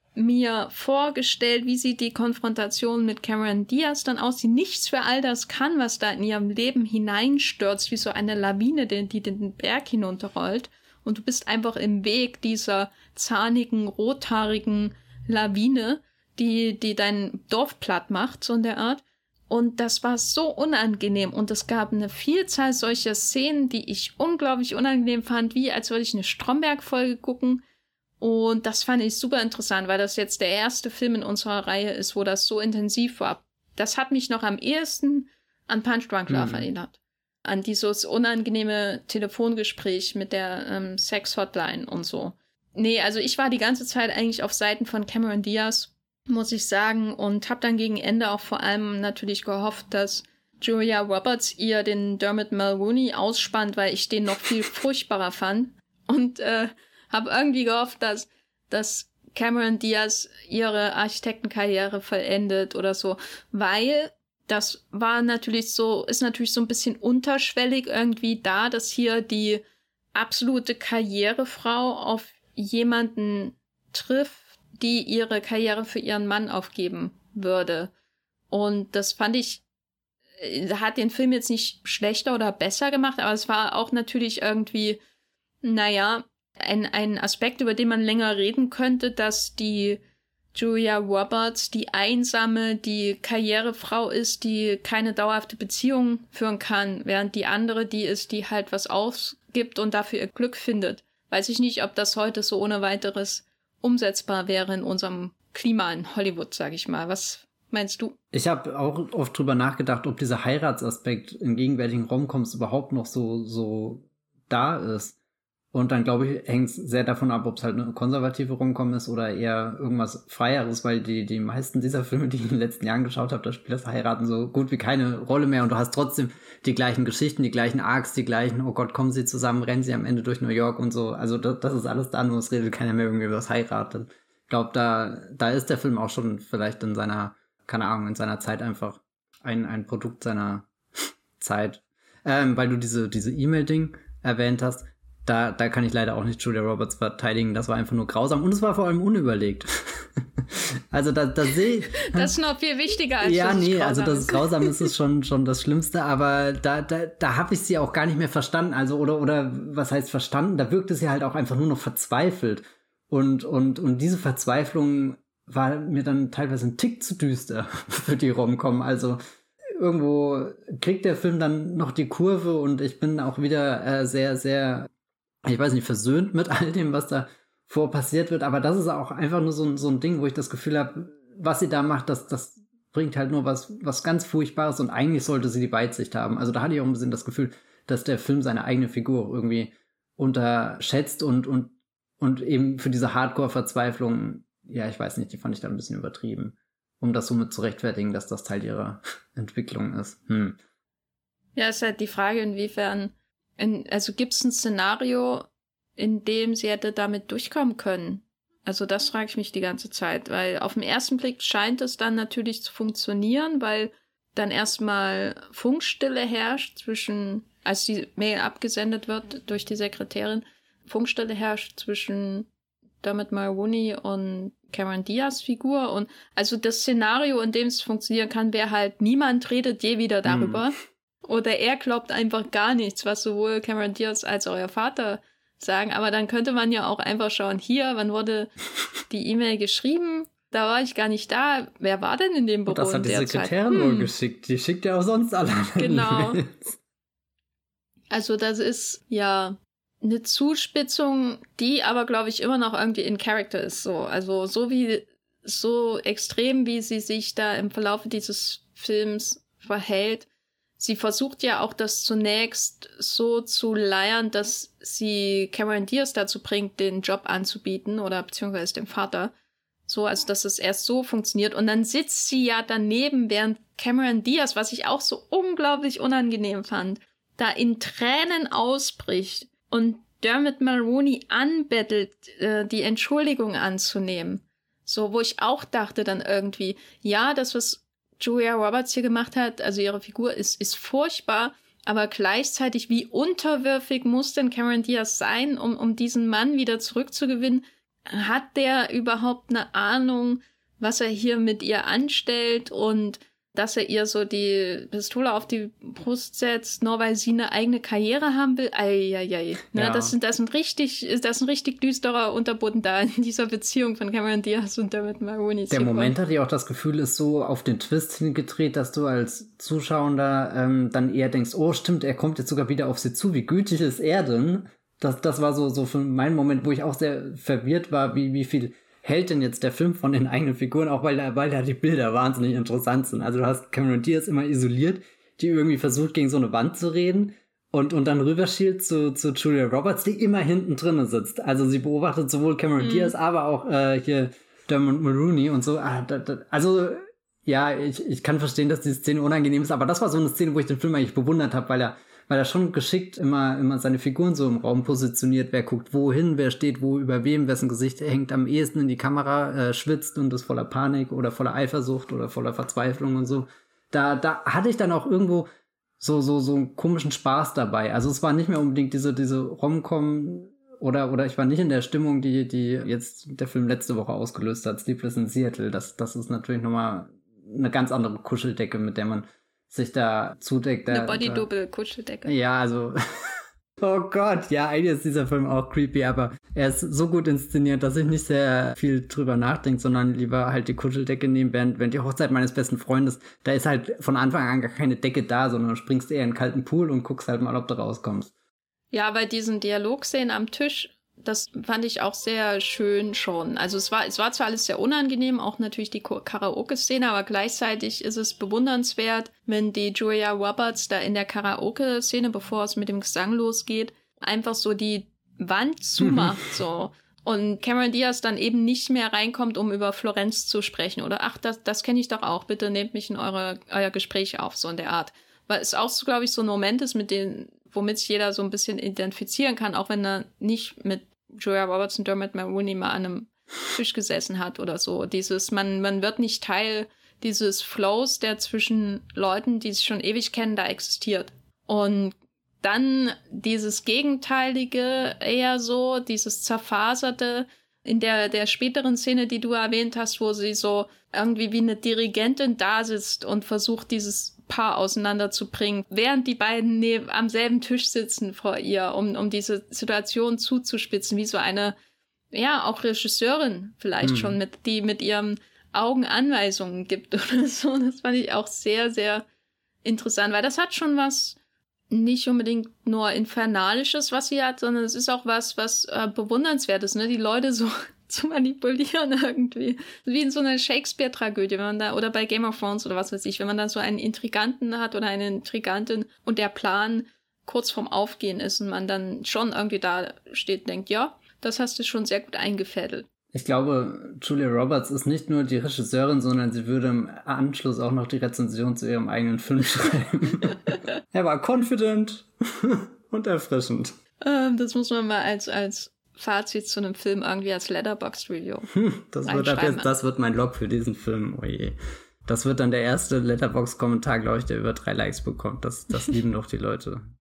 mir vorgestellt, wie sie die Konfrontation mit Cameron Diaz dann aussieht. Nichts für all das kann, was da in ihrem Leben hineinstürzt, wie so eine Lawine, die, die den Berg hinunterrollt. Und du bist einfach im Weg dieser zahnigen, rothaarigen Lawine, die, die dein Dorf platt macht, so in der Art. Und das war so unangenehm. Und es gab eine Vielzahl solcher Szenen, die ich unglaublich unangenehm fand, wie als würde ich eine Stromberg-Folge gucken. Und das fand ich super interessant, weil das jetzt der erste Film in unserer Reihe ist, wo das so intensiv war. Das hat mich noch am ehesten an Punch Drunk Love mhm. erinnert. An dieses unangenehme Telefongespräch mit der ähm, Sex-Hotline und so. Nee, also ich war die ganze Zeit eigentlich auf Seiten von Cameron Diaz, muss ich sagen, und habe dann gegen Ende auch vor allem natürlich gehofft, dass Julia Roberts ihr den Dermot Mulroney ausspannt, weil ich den noch viel furchtbarer fand. Und äh, habe irgendwie gehofft, dass, dass Cameron Diaz ihre Architektenkarriere vollendet oder so, weil das war natürlich so, ist natürlich so ein bisschen unterschwellig irgendwie da, dass hier die absolute Karrierefrau auf jemanden trifft, die ihre Karriere für ihren Mann aufgeben würde. Und das fand ich, hat den Film jetzt nicht schlechter oder besser gemacht, aber es war auch natürlich irgendwie, naja, ein, ein Aspekt, über den man länger reden könnte, dass die Julia Roberts die einsame, die Karrierefrau ist, die keine dauerhafte Beziehung führen kann, während die andere die ist, die halt was ausgibt und dafür ihr Glück findet. Weiß ich nicht, ob das heute so ohne weiteres umsetzbar wäre in unserem Klima in Hollywood, sag ich mal. Was meinst du? Ich habe auch oft drüber nachgedacht, ob dieser Heiratsaspekt in gegenwärtigen Romcoms überhaupt noch so, so da ist. Und dann, glaube ich, hängt es sehr davon ab, ob es halt eine konservative Romcom ist oder eher irgendwas Freieres, weil die, die meisten dieser Filme, die ich in den letzten Jahren geschaut habe, da spielt das Heiraten so gut wie keine Rolle mehr und du hast trotzdem die gleichen Geschichten, die gleichen Arcs, die gleichen, oh Gott, kommen sie zusammen, rennen sie am Ende durch New York und so. Also das, das ist alles da, nur es redet keiner mehr irgendwie über das Heiraten. Ich glaube, da, da ist der Film auch schon vielleicht in seiner, keine Ahnung, in seiner Zeit einfach ein, ein Produkt seiner Zeit. Ähm, weil du diese, diese E-Mail-Ding erwähnt hast, Da, da kann ich leider auch nicht Julia Roberts verteidigen. Das war einfach nur grausam. Und es war vor allem unüberlegt. Also da, da sehe ich... Das ist noch viel wichtiger als ja, das nee, grausam also das ist. grausam ist es schon, schon das Schlimmste. Aber da, da, da habe ich sie auch gar nicht mehr verstanden. Also oder, oder was heißt verstanden? Da wirkte sie halt auch einfach nur noch verzweifelt. Und, und, und diese Verzweiflung war mir dann teilweise ein Tick zu düster für die Romcom. Also irgendwo kriegt der Film dann noch die Kurve und ich bin auch wieder äh, sehr, sehr... ich weiß nicht, versöhnt mit all dem, was da vor passiert wird, aber das ist auch einfach nur so ein, so ein Ding, wo ich das Gefühl habe, was sie da macht, das, das bringt halt nur was, was ganz Furchtbares und eigentlich sollte sie die Weitsicht haben. Also da hatte ich auch ein bisschen das Gefühl, dass der Film seine eigene Figur auch irgendwie unterschätzt und, und, und eben für diese Hardcore-Verzweiflung, ja, ich weiß nicht, die fand ich da ein bisschen übertrieben, um das somit zu rechtfertigen, dass das Teil ihrer Entwicklung ist. Hm. Ja, ist halt die Frage, inwiefern In, also gibt es ein Szenario, in dem sie hätte damit durchkommen können? Also das frage ich mich die ganze Zeit, weil auf den ersten Blick scheint es dann natürlich zu funktionieren, weil dann erstmal Funkstille herrscht zwischen, als die Mail abgesendet wird durch die Sekretärin, Funkstille herrscht zwischen Dermot Mulroney und Cameron Diaz Figur und also das Szenario, in dem es funktionieren kann, wäre halt, niemand redet je wieder darüber. Hm. Oder er glaubt einfach gar nichts, was sowohl Cameron Diaz als auch ihr Vater sagen. Aber dann könnte man ja auch einfach schauen, hier, wann wurde die E-Mail geschrieben? Da war ich gar nicht da. Wer war denn in dem Büro? Und das hat in der die Sekretärin Zeit? wohl Hm. geschickt. Die schickt ja auch sonst alle. Genau. Also das ist ja eine Zuspitzung, die aber, glaube ich, immer noch irgendwie in Character ist. So. Also so wie so extrem, wie sie sich da im Verlauf dieses Films verhält. Sie versucht ja auch das zunächst so zu leiern, dass sie Cameron Diaz dazu bringt, den Job anzubieten oder beziehungsweise dem Vater. So, also dass es erst so funktioniert. Und dann sitzt sie ja daneben, während Cameron Diaz, was ich auch so unglaublich unangenehm fand, da in Tränen ausbricht und Dermot Mulroney anbettelt, äh, die Entschuldigung anzunehmen. So, wo ich auch dachte dann irgendwie, ja, das, was Julia Roberts hier gemacht hat, also ihre Figur ist, ist furchtbar, aber gleichzeitig, wie unterwürfig muss denn Cameron Diaz sein, um, um diesen Mann wieder zurückzugewinnen? Hat der überhaupt eine Ahnung, was er hier mit ihr anstellt und dass er ihr so die Pistole auf die Brust setzt, nur weil sie eine eigene Karriere haben will? Eieiei. Ne, Ja. das sind, das sind richtig, das ist ein richtig düsterer Unterboden da in dieser Beziehung von Cameron Diaz und Dermot Mulroney. Der Moment hatte ich auch das Gefühl, ist so auf den Twist hingedreht, dass du als Zuschauer ähm, dann eher denkst, oh stimmt, er kommt jetzt sogar wieder auf sie zu, wie gütig ist er denn? Das, das war so, so für meinen Moment, wo ich auch sehr verwirrt war, wie, wie viel hält denn jetzt der Film von den eigenen Figuren, auch weil da, weil da die Bilder wahnsinnig interessant sind. Also du hast Cameron Diaz immer isoliert, die irgendwie versucht, gegen so eine Wand zu reden und, und dann rüberschielt zu, zu Julia Roberts, die immer hinten drin sitzt. Also sie beobachtet sowohl Cameron mhm. Diaz, aber auch äh, hier Dermot Mulroney und so. Ah, da, da, also ja, ich, ich kann verstehen, dass die Szene unangenehm ist, aber das war so eine Szene, wo ich den Film eigentlich bewundert habe, weil er weil er schon geschickt immer immer seine Figuren so im Raum positioniert, wer guckt wohin, wer steht wo über wem, wessen Gesicht hängt am ehesten in die Kamera, äh, schwitzt und ist voller Panik oder voller Eifersucht oder voller Verzweiflung und so. Da da hatte ich dann auch irgendwo so so so einen komischen Spaß dabei. Also es war nicht mehr unbedingt diese diese Rom-Com oder oder ich war nicht in der Stimmung, die die jetzt der Film letzte Woche ausgelöst hat, Sleepless in Seattle. Das das ist natürlich nochmal eine ganz andere Kuscheldecke, mit der man sich da zudeckt. Eine Body-Double-Kuscheldecke. Ja, also oh Gott, ja, eigentlich ist dieser Film auch creepy, aber er ist so gut inszeniert, dass ich nicht sehr viel drüber nachdenke, sondern lieber halt die Kuscheldecke nehmen, während, während die Hochzeit meines besten Freundes, da ist halt von Anfang an gar keine Decke da, sondern du springst eher in einen kalten Pool und guckst halt mal, ob du rauskommst. Ja, bei diesen Dialogszenen am Tisch, das fand ich auch sehr schön schon. Also es war, es war zwar alles sehr unangenehm, auch natürlich die Karaoke-Szene, aber gleichzeitig ist es bewundernswert, wenn die Julia Roberts da in der Karaoke-Szene, bevor es mit dem Gesang losgeht, einfach so die Wand zumacht, so. Und Cameron Diaz dann eben nicht mehr reinkommt, um über Florenz zu sprechen. Oder, ach, das, das kenne ich doch auch, bitte nehmt mich in eure, euer Gespräch auf, so in der Art. Weil es auch so, glaube ich, so ein Moment ist, mit denen, womit sich jeder so ein bisschen identifizieren kann, auch wenn er nicht mit Julia Roberts und Dermot Mulroney mal an einem Tisch gesessen hat oder so. Dieses, man, man wird nicht Teil dieses Flows, der zwischen Leuten, die sich schon ewig kennen, da existiert. Und dann dieses Gegenteilige eher so, dieses Zerfaserte in der, der späteren Szene, die du erwähnt hast, wo sie so irgendwie wie eine Dirigentin da sitzt und versucht, dieses Paar auseinanderzubringen, während die beiden neben, am selben Tisch sitzen vor ihr, um, um diese Situation zuzuspitzen, wie so eine, ja, auch Regisseurin vielleicht hm. schon, mit, die mit ihren Augen Anweisungen gibt oder so. Das fand ich auch sehr, sehr interessant, weil das hat schon was nicht unbedingt nur Infernalisches, was sie hat, sondern es ist auch was, was äh, bewundernswertes, ne? Die Leute so zu manipulieren irgendwie. Wie in so einer Shakespeare-Tragödie, wenn man da, oder bei Game of Thrones oder was weiß ich, wenn man da so einen Intriganten hat oder eine Intrigantin und der Plan kurz vorm Aufgehen ist und man dann schon irgendwie da steht und denkt, ja, das hast du schon sehr gut eingefädelt. Ich glaube, Julia Roberts ist nicht nur die Regisseurin, sondern sie würde im Anschluss auch noch die Rezension zu ihrem eigenen Film schreiben. Er war confident und erfrischend. Ähm, das muss man mal als, als Fazit zu einem Film irgendwie als Letterboxd-Review hm, das wird ab jetzt, das wird mein Log für diesen Film. Oh je. Das wird dann der erste Letterboxd-Kommentar, glaube ich, der über drei Likes bekommt. Das, das lieben doch die Leute.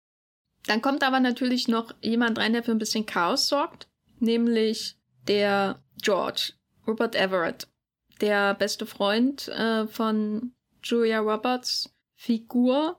Dann kommt aber natürlich noch jemand rein, der für ein bisschen Chaos sorgt, nämlich der George, Rupert Everett, der beste Freund äh, von Julia Roberts Figur,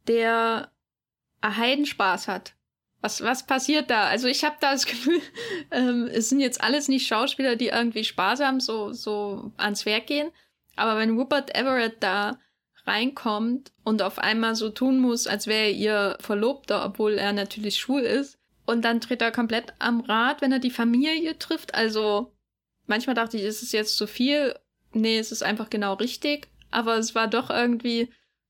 der Heidenspaß hat. Was, was passiert da? Also ich habe da das Gefühl, ähm, es sind jetzt alles nicht Schauspieler, die irgendwie sparsam so, so ans Werk gehen, aber wenn Rupert Everett da reinkommt und auf einmal so tun muss, als wäre er ihr Verlobter, obwohl er natürlich schwul ist, und dann dreht er komplett am Rad, wenn er die Familie trifft. Also manchmal dachte ich, ist es jetzt zu viel? Nee, es ist einfach genau richtig. Aber es war doch irgendwie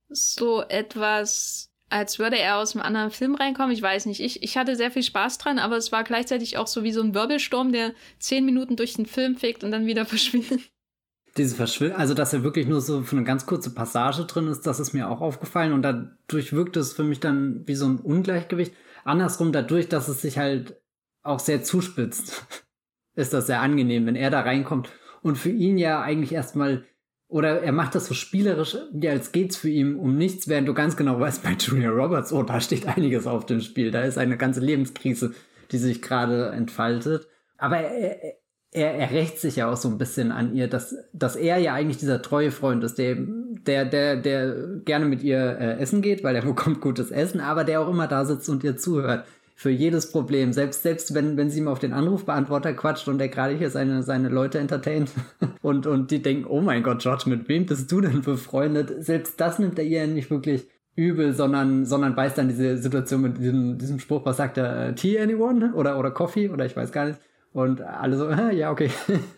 so etwas, als würde er aus einem anderen Film reinkommen. Ich weiß nicht, ich, ich hatte sehr viel Spaß dran, aber es war gleichzeitig auch so wie so ein Wirbelsturm, der zehn Minuten durch den Film fegt und dann wieder verschwindet. Diese Verschwind- also dass er wirklich nur so für eine ganz kurze Passage drin ist, das ist mir auch aufgefallen. Und dadurch wirkt es für mich dann wie so ein Ungleichgewicht. Andersrum, dadurch, dass es sich halt auch sehr zuspitzt, ist das sehr angenehm, wenn er da reinkommt und für ihn ja eigentlich erstmal, oder er macht das so spielerisch, ja, als geht's für ihn um nichts, während du ganz genau weißt, bei Julia Roberts, oh, da steht einiges auf dem Spiel, da ist eine ganze Lebenskrise, die sich gerade entfaltet. Aber er, er, er rächt sich ja auch so ein bisschen an ihr, dass, dass er ja eigentlich dieser treue Freund ist, der, der, der, der gerne mit ihr äh, essen geht, weil er bekommt gutes Essen, aber der auch immer da sitzt und ihr zuhört. Für jedes Problem. Selbst, selbst wenn, wenn sie ihm auf den Anrufbeantworter quatscht und er gerade hier seine, seine Leute entertaint und, und die denken, oh mein Gott, George, mit wem bist du denn befreundet? Selbst das nimmt er ihr nicht wirklich übel, sondern, sondern beißt dann diese Situation mit diesem, diesem Spruch, was sagt er, Tea anyone? Oder, oder Coffee? Oder ich weiß gar nicht. Und alle so, ja, okay.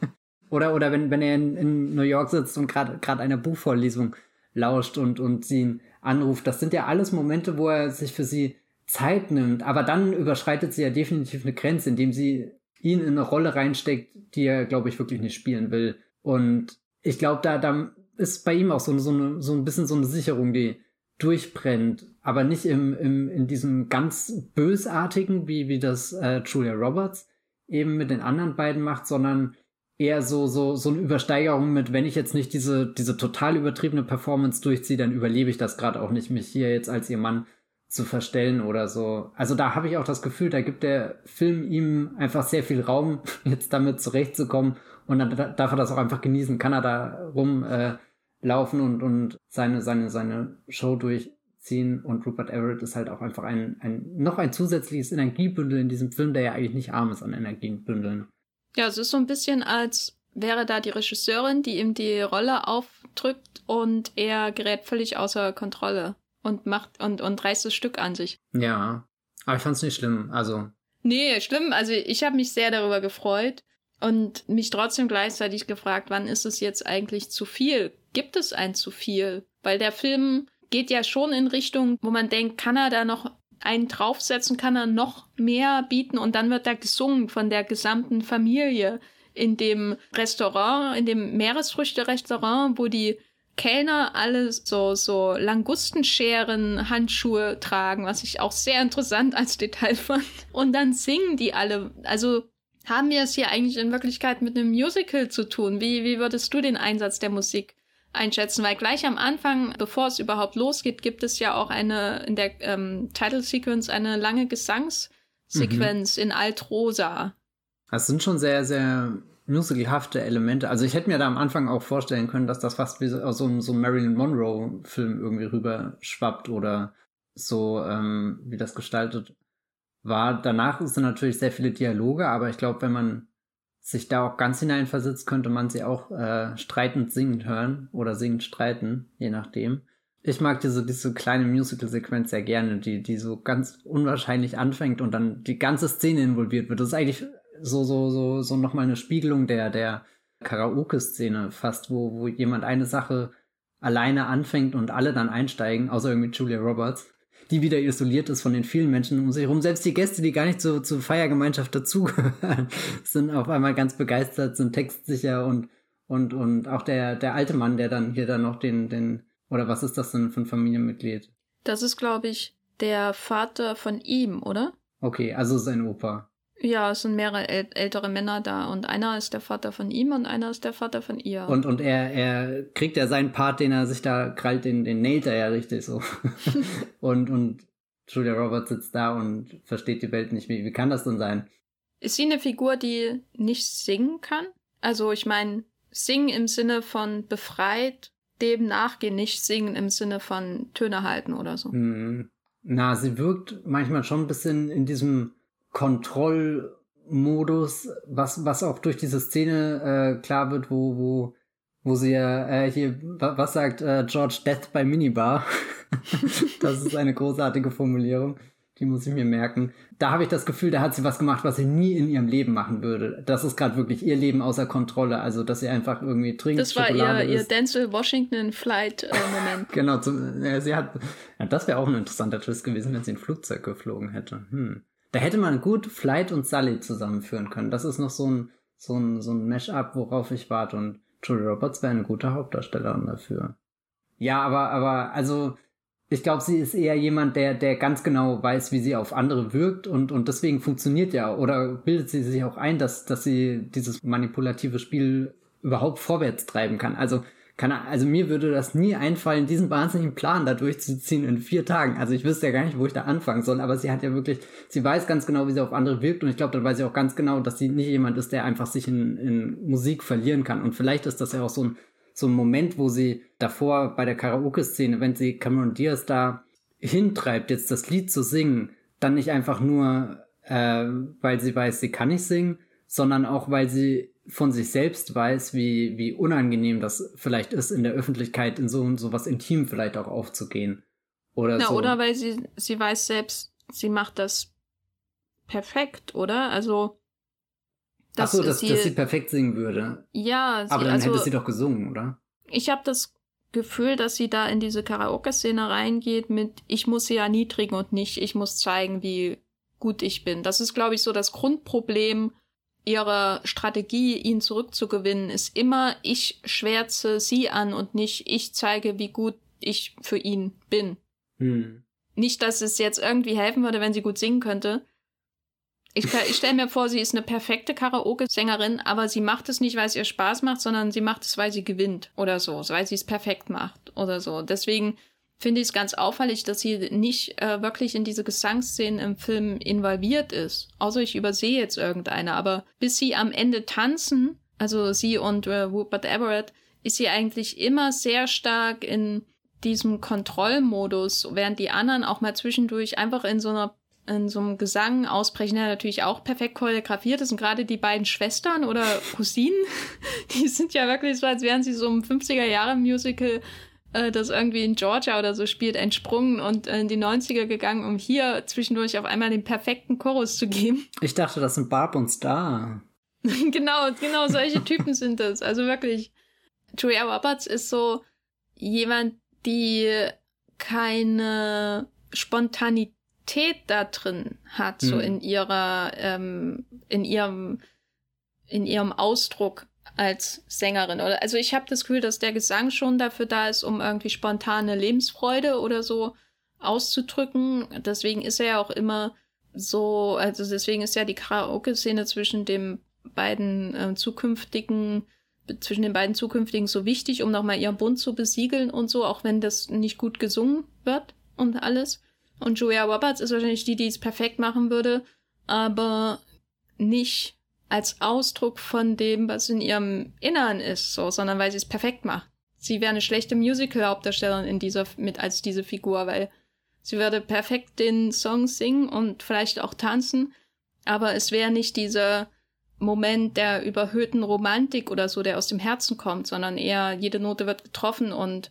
oder, oder wenn, wenn er in, in New York sitzt und gerade, gerade einer Buchvorlesung lauscht und, und sie ihn anruft. Das sind ja alles Momente, wo er sich für sie Zeit nimmt, aber dann überschreitet sie ja definitiv eine Grenze, indem sie ihn in eine Rolle reinsteckt, die er, glaube ich, wirklich nicht spielen will. Und ich glaube, da, da ist bei ihm auch so, so, eine, so ein bisschen so eine Sicherung, die durchbrennt, aber nicht im, im, in diesem ganz Bösartigen, wie, wie das äh, Julia Roberts eben mit den anderen beiden macht, sondern eher so, so, so eine Übersteigerung mit, wenn ich jetzt nicht diese, diese total übertriebene Performance durchziehe, dann überlebe ich das gerade auch nicht, mich hier jetzt als ihr Mann zu verstellen oder so. Also da habe ich auch das Gefühl, da gibt der Film ihm einfach sehr viel Raum, jetzt damit zurechtzukommen, und dann darf er das auch einfach genießen, kann er da rumlaufen äh, laufen und, und seine, seine, seine Show durchziehen. ziehen. Und Rupert Everett ist halt auch einfach ein, ein noch ein zusätzliches Energiebündel in diesem Film, der ja eigentlich nicht arm ist an Energiebündeln. Ja, es ist so ein bisschen, als wäre da die Regisseurin, die ihm die Rolle aufdrückt und er gerät völlig außer Kontrolle und macht und, und reißt das Stück an sich. Ja, aber ich fand's nicht schlimm, also. Nee, schlimm, also ich habe mich sehr darüber gefreut und mich trotzdem gleichzeitig gefragt, wann ist es jetzt eigentlich zu viel? Gibt es ein zu viel? Weil der Film geht ja schon in Richtung, wo man denkt, kann er da noch einen draufsetzen, kann er noch mehr bieten und dann wird da gesungen von der gesamten Familie in dem Restaurant, in dem Meeresfrüchte-Restaurant, wo die Kellner alle so, so Langustenscheren, Handschuhe tragen, was ich auch sehr interessant als Detail fand. Und dann singen die alle. Also haben wir es hier eigentlich in Wirklichkeit mit einem Musical zu tun? Wie, wie würdest du den Einsatz der Musik einschätzen? Weil gleich am Anfang, bevor es überhaupt losgeht, gibt es ja auch eine, in der ähm, Title-Sequence eine lange Gesangssequenz mhm. in Altrosa. Das sind schon sehr, sehr musicalhafte Elemente. Also ich hätte mir da am Anfang auch vorstellen können, dass das fast wie so aus so einem so Marilyn Monroe-Film irgendwie rüber schwappt oder so, ähm, wie das gestaltet war. Danach sind natürlich sehr viele Dialoge, aber ich glaube, wenn man sich da auch ganz hineinversetzt, könnte man sie auch äh, streitend singend hören oder singend streiten, je nachdem. Ich mag diese, diese kleine Musical-Sequenz sehr gerne, die, die so ganz unwahrscheinlich anfängt und dann die ganze Szene involviert wird. Das ist eigentlich so, so, so, so nochmal eine Spiegelung der, der Karaoke-Szene fast, wo, wo jemand eine Sache alleine anfängt und alle dann einsteigen, außer irgendwie Julia Roberts, die wieder isoliert ist von den vielen Menschen um sich herum. Selbst die Gäste, die gar nicht zur, zur Feiergemeinschaft dazugehören, sind auf einmal ganz begeistert, sind textsicher und, und, und auch der, der alte Mann, der dann hier dann noch den, den, oder was ist das denn für ein Familienmitglied? Das ist, glaube ich, der Vater von ihm, oder? Okay, also sein Opa. Ja, es sind mehrere äl- ältere Männer da und einer ist der Vater von ihm und einer ist der Vater von ihr. Und, und er, er kriegt ja seinen Part, den er sich da krallt, den, den nailt er ja richtig so. und, und Julia Roberts sitzt da und versteht die Welt nicht. Wie, wie kann das denn sein? Ist sie eine Figur, die nicht singen kann? Also ich meine, singen im Sinne von befreit, dem nachgehen, nicht singen im Sinne von Töne halten oder so. Hm. Na, sie wirkt manchmal schon ein bisschen in diesem Kontrollmodus, was was auch durch diese Szene äh, klar wird, wo wo wo sie ja äh, hier was sagt äh, George Death bei Minibar. Das ist eine großartige Formulierung, die muss ich mir merken. Da habe ich das Gefühl, da hat sie was gemacht, was sie nie in ihrem Leben machen würde. Das ist gerade wirklich ihr Leben außer Kontrolle, also dass sie einfach irgendwie trinkt. Das war Schokolade ihr, ihr isst. Denzel Washington Flight äh, Moment. Genau, zum, äh, sie hat. Ja, das wäre auch ein interessanter Twist gewesen, wenn sie ein Flugzeug geflogen hätte. Hm. Da hätte man gut Flight und Sully zusammenführen können. Das ist noch so ein, so ein, so ein Mash-up, worauf ich warte. Und Julia Roberts wäre eine gute Hauptdarstellerin dafür. Ja, aber, aber, also, ich glaube, sie ist eher jemand, der, der ganz genau weiß, wie sie auf andere wirkt und, und deswegen funktioniert ja, oder bildet sie sich auch ein, dass, dass sie dieses manipulative Spiel überhaupt vorwärts treiben kann. Also, Kann, also mir würde das nie einfallen, diesen wahnsinnigen Plan da durchzuziehen in vier Tagen. Also ich wüsste ja gar nicht, wo ich da anfangen soll, aber sie hat ja wirklich, sie weiß ganz genau, wie sie auf andere wirkt und ich glaube, dann weiß sie auch ganz genau, dass sie nicht jemand ist, der einfach sich in, in Musik verlieren kann. Und vielleicht ist das ja auch so ein, so ein Moment, wo sie davor bei der Karaoke-Szene, wenn sie Cameron Diaz da hintreibt, jetzt das Lied zu singen, dann nicht einfach nur, äh, weil sie weiß, sie kann nicht singen, sondern auch, weil sie von sich selbst weiß, wie, wie unangenehm das vielleicht ist, in der Öffentlichkeit in so, so was Intim vielleicht auch aufzugehen. Oder ja, so. Oder weil sie, sie weiß selbst, sie macht das perfekt, oder? Also, Ach so, dass sie, dass sie perfekt singen würde. Ja. Sie, Aber dann also, hätte sie doch gesungen, oder? Ich habe das Gefühl, dass sie da in diese Karaoke-Szene reingeht mit, ich muss sie erniedrigen und nicht, ich muss zeigen, wie gut ich bin. Das ist, glaube ich, so das Grundproblem ihrer Strategie, ihn zurückzugewinnen, ist immer, ich schwärze sie an und nicht, ich zeige, wie gut ich für ihn bin. Hm. Nicht, dass es jetzt irgendwie helfen würde, wenn sie gut singen könnte. Ich, ich stelle mir vor, sie ist eine perfekte Karaoke-Sängerin, aber sie macht es nicht, weil es ihr Spaß macht, sondern sie macht es, weil sie gewinnt oder so, weil sie es perfekt macht oder so. Deswegen finde ich es ganz auffällig, dass sie nicht äh, wirklich in diese Gesangsszenen im Film involviert ist. Außer ich übersehe jetzt irgendeine. Aber bis sie am Ende tanzen, also sie und äh, Rupert Everett, ist sie eigentlich immer sehr stark in diesem Kontrollmodus, während die anderen auch mal zwischendurch einfach in so einer in so einem Gesang ausbrechen, der natürlich auch perfekt choreografiert ist. Und gerade die beiden Schwestern oder Cousinen, die sind ja wirklich so, als wären sie so im fünfziger-Jahre-Musical, äh, das irgendwie in Georgia oder so spielt, entsprungen und äh, in die neunziger gegangen, um hier zwischendurch auf einmal den perfekten Chorus zu geben. Ich dachte, das sind Barb und Star. genau, genau solche Typen sind das. Also wirklich, Julia Roberts ist so jemand, die keine Spontanität da drin hat, so hm. in ihrer, ähm, in ihrem, in ihrem Ausdruck als Sängerin. Oder also ich habe das Gefühl, dass der Gesang schon dafür da ist, um irgendwie spontane Lebensfreude oder so auszudrücken. Deswegen ist er ja auch immer so, also deswegen ist ja die Karaoke-Szene zwischen dem beiden äh, zukünftigen, zwischen den beiden zukünftigen so wichtig, um nochmal ihren Bund zu besiegeln und so, auch wenn das nicht gut gesungen wird und alles. Und Julia Roberts ist wahrscheinlich die, die es perfekt machen würde, aber nicht als Ausdruck von dem, was in ihrem Innern ist, so, sondern weil sie es perfekt macht. Sie wäre eine schlechte Musical-Hauptdarstellerin in dieser, mit als diese Figur, weil sie würde perfekt den Song singen und vielleicht auch tanzen, aber es wäre nicht dieser Moment der überhöhten Romantik oder so, der aus dem Herzen kommt, sondern eher jede Note wird getroffen und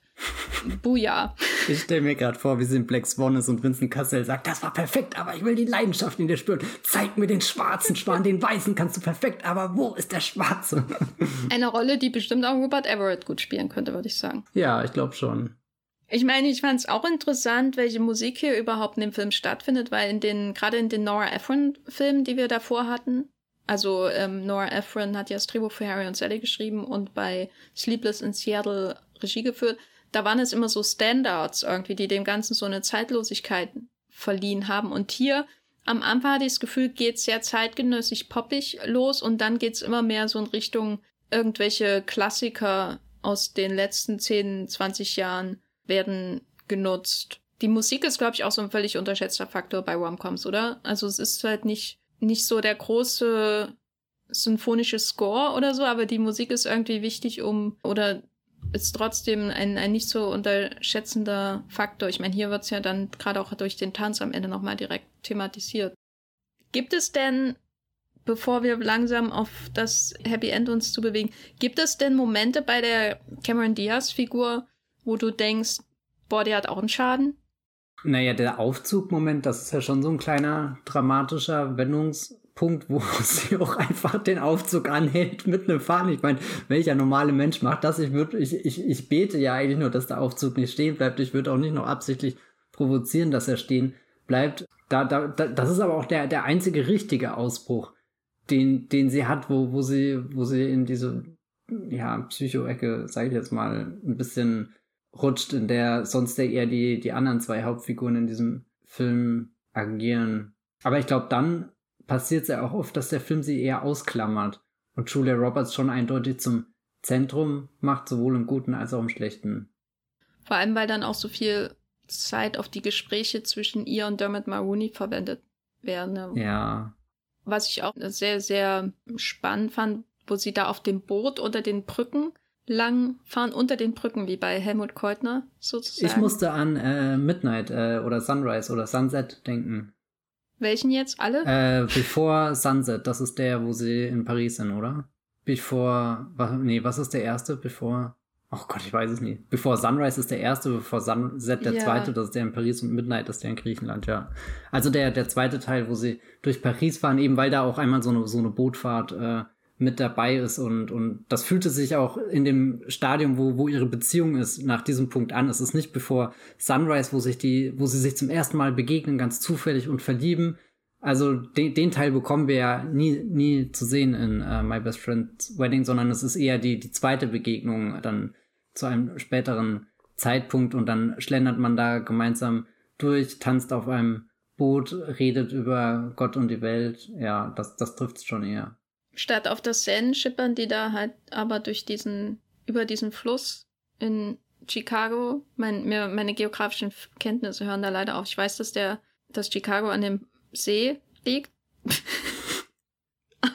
Buja. Ich stelle mir gerade vor, wie sie in Black Swan ist und Vincent Cassel sagt, das war perfekt, aber ich will die Leidenschaft in dir spüren. Zeig mir den schwarzen Schwan, den weißen kannst du perfekt, aber wo ist der schwarze? Eine Rolle, die bestimmt auch Rupert Everett gut spielen könnte, würde ich sagen. Ja, ich glaube schon. Ich meine, ich fand es auch interessant, welche Musik hier überhaupt in dem Film stattfindet, weil in den, gerade in den Nora Ephron-Filmen, die wir davor hatten, also ähm, Nora Ephron hat ja das Drehbuch für Harry und Sally geschrieben und bei Sleepless in Seattle Regie geführt. Da waren es immer so Standouts irgendwie, die dem Ganzen so eine Zeitlosigkeit verliehen haben. Und hier am Anfang hatte ich das Gefühl, geht sehr zeitgenössisch poppig los und dann geht's immer mehr so in Richtung irgendwelche Klassiker aus den letzten zehn, zwanzig Jahren werden genutzt. Die Musik ist, glaube ich, auch so ein völlig unterschätzter Faktor bei Rom-Coms, oder? Also es ist halt nicht nicht so der große symphonische Score oder so, aber die Musik ist irgendwie wichtig, um, oder ist trotzdem ein, ein nicht so unterschätzender Faktor. Ich meine, hier wird's ja dann gerade auch durch den Tanz am Ende nochmal direkt thematisiert. Gibt es denn, bevor wir langsam auf das Happy End uns zu bewegen, gibt es denn Momente bei der Cameron Diaz-Figur, wo du denkst, boah, die hat auch einen Schaden? Naja, der Aufzugmoment, das ist ja schon so ein kleiner dramatischer Wendungspunkt, wo sie auch einfach den Aufzug anhält mit einem Fahren. Ich meine, welcher normale Mensch macht das? Ich, würd, ich, ich, ich bete ja eigentlich nur, dass der Aufzug nicht stehen bleibt. Ich würde auch nicht noch absichtlich provozieren, dass er stehen bleibt. Da, da, da, das ist aber auch der, der einzige richtige Ausbruch, den, den sie hat, wo, wo sie, wo sie in diese, ja, Psycho-Ecke, sag ich jetzt mal, ein bisschen rutscht, in der sonst eher die, die anderen zwei Hauptfiguren in diesem Film agieren. Aber ich glaube, dann passiert es ja auch oft, dass der Film sie eher ausklammert und Julia Roberts schon eindeutig zum Zentrum macht, sowohl im Guten als auch im Schlechten. Vor allem, weil dann auch so viel Zeit auf die Gespräche zwischen ihr und Dermot Mulroney verwendet werden. Ja. Was ich auch sehr, sehr spannend fand, wo sie da auf dem Boot unter den Brücken lang fahren, unter den Brücken, wie bei Helmut Keutner sozusagen. Ich musste an äh, Midnight äh, oder Sunrise oder Sunset denken. Welchen jetzt? Alle? Äh, Before Sunset, das ist der, wo sie in Paris sind, oder? Before, was, nee, was ist der erste? Before, oh Gott, ich weiß es nicht. Before Sunrise ist der erste, Before Sunset der ja. zweite, das ist der in Paris und Midnight ist der in Griechenland, ja. Also der, der zweite Teil, wo sie durch Paris fahren, eben weil da auch einmal so eine, so eine Bootfahrt äh, mit dabei ist und, und das fühlte sich auch in dem Stadium, wo, wo ihre Beziehung ist, nach diesem Punkt an. Es ist nicht bevor Sunrise, wo sich die, wo sie sich zum ersten Mal begegnen, ganz zufällig und verlieben. Also den, den Teil bekommen wir ja nie, nie zu sehen in uh, My Best Friend's Wedding, sondern es ist eher die, die zweite Begegnung dann zu einem späteren Zeitpunkt und dann schlendert man da gemeinsam durch, tanzt auf einem Boot, redet über Gott und die Welt. Ja, das, das trifft's schon eher. Statt auf das Seine schippern die da halt aber durch diesen, über diesen Fluss in Chicago. Mein, mir, meine geografischen Kenntnisse hören da leider auf. Ich weiß, dass der, dass Chicago an dem See liegt. Aber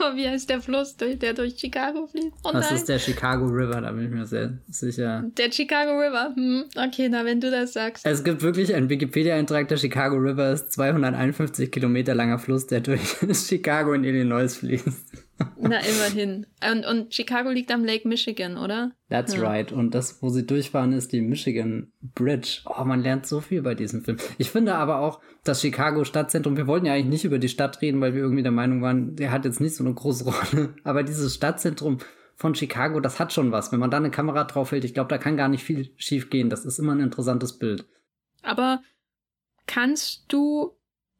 Aber wie heißt der Fluss, der durch Chicago fließt? Oh, das nein. ist der Chicago River, da bin ich mir sehr sicher. Der Chicago River, hm. Okay, na, wenn du das sagst. Es gibt wirklich einen Wikipedia-Eintrag, der Chicago River ist zweihunderteinundfünfzig Kilometer langer Fluss, der durch Chicago in Illinois fließt. Na, immerhin. Und, und Chicago liegt am Lake Michigan, oder? That's ja. right. Und das, wo sie durchfahren, ist die Michigan Bridge. Oh, man lernt so viel bei diesem Film. Ich finde aber auch, das Chicago Stadtzentrum, wir wollten ja eigentlich nicht über die Stadt reden, weil wir irgendwie der Meinung waren, der hat jetzt nicht so eine große Rolle. Aber dieses Stadtzentrum von Chicago, das hat schon was. Wenn man da eine Kamera drauf hält, ich glaube, da kann gar nicht viel schief gehen. Das ist immer ein interessantes Bild. Aber kannst du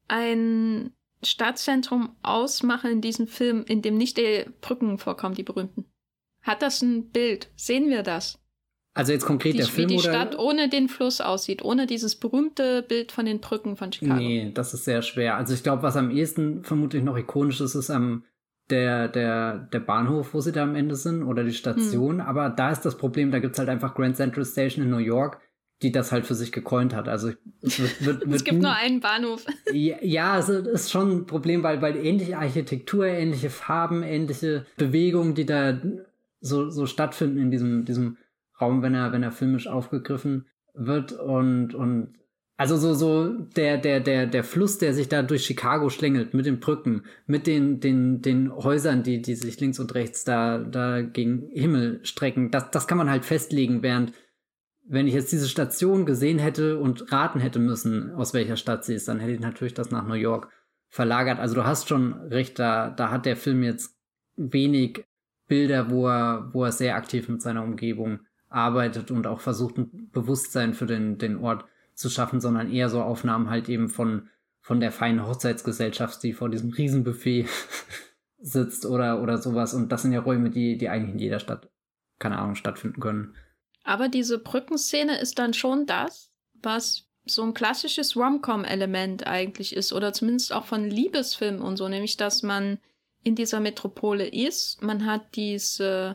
ein Stadtzentrum ausmachen in diesem Film, in dem nicht die Brücken vorkommen, die berühmten? Hat das ein Bild? Sehen wir das? Also jetzt konkret die, der Film, wie die oder? Stadt ohne den Fluss aussieht, ohne dieses berühmte Bild von den Brücken von Chicago. Nee, das ist sehr schwer. Also ich glaube, was am ehesten vermutlich noch ikonisch ist, ist am der, der, der Bahnhof, wo sie da am Ende sind, oder die Station. Hm. Aber da ist das Problem, da gibt's halt einfach Grand Central Station in New York, die das halt für sich gecoint hat. Also es, wird, wird, wird es gibt nur einen Bahnhof. Ja, ja, es ist schon ein Problem, weil, weil ähnliche Architektur, ähnliche Farben, ähnliche Bewegungen, die da so, so stattfinden in diesem, diesem Raum, wenn er, wenn er filmisch aufgegriffen wird. Und, und also so, so der, der, der, der Fluss, der sich da durch Chicago schlängelt, mit den Brücken, mit den, den, den Häusern, die, die sich links und rechts da, da gegen Himmel strecken, das, das kann man halt festlegen, während wenn ich jetzt diese Station gesehen hätte und raten hätte müssen, aus welcher Stadt sie ist, dann hätte ich natürlich das nach New York verlagert. Also du hast schon recht, da, da hat der Film jetzt wenig Bilder, wo er, wo er sehr aktiv mit seiner Umgebung arbeitet und auch versucht, ein Bewusstsein für den, den Ort zu schaffen, sondern eher so Aufnahmen halt eben von, von der feinen Hochzeitsgesellschaft, die vor diesem Riesenbuffet sitzt oder, oder sowas. Und das sind ja Räume, die, die eigentlich in jeder Stadt, keine Ahnung, stattfinden können. Aber diese Brückenszene ist dann schon das, was so ein klassisches Rom-Com-Element eigentlich ist, oder zumindest auch von Liebesfilmen und so, nämlich, dass man in dieser Metropole ist, man hat diese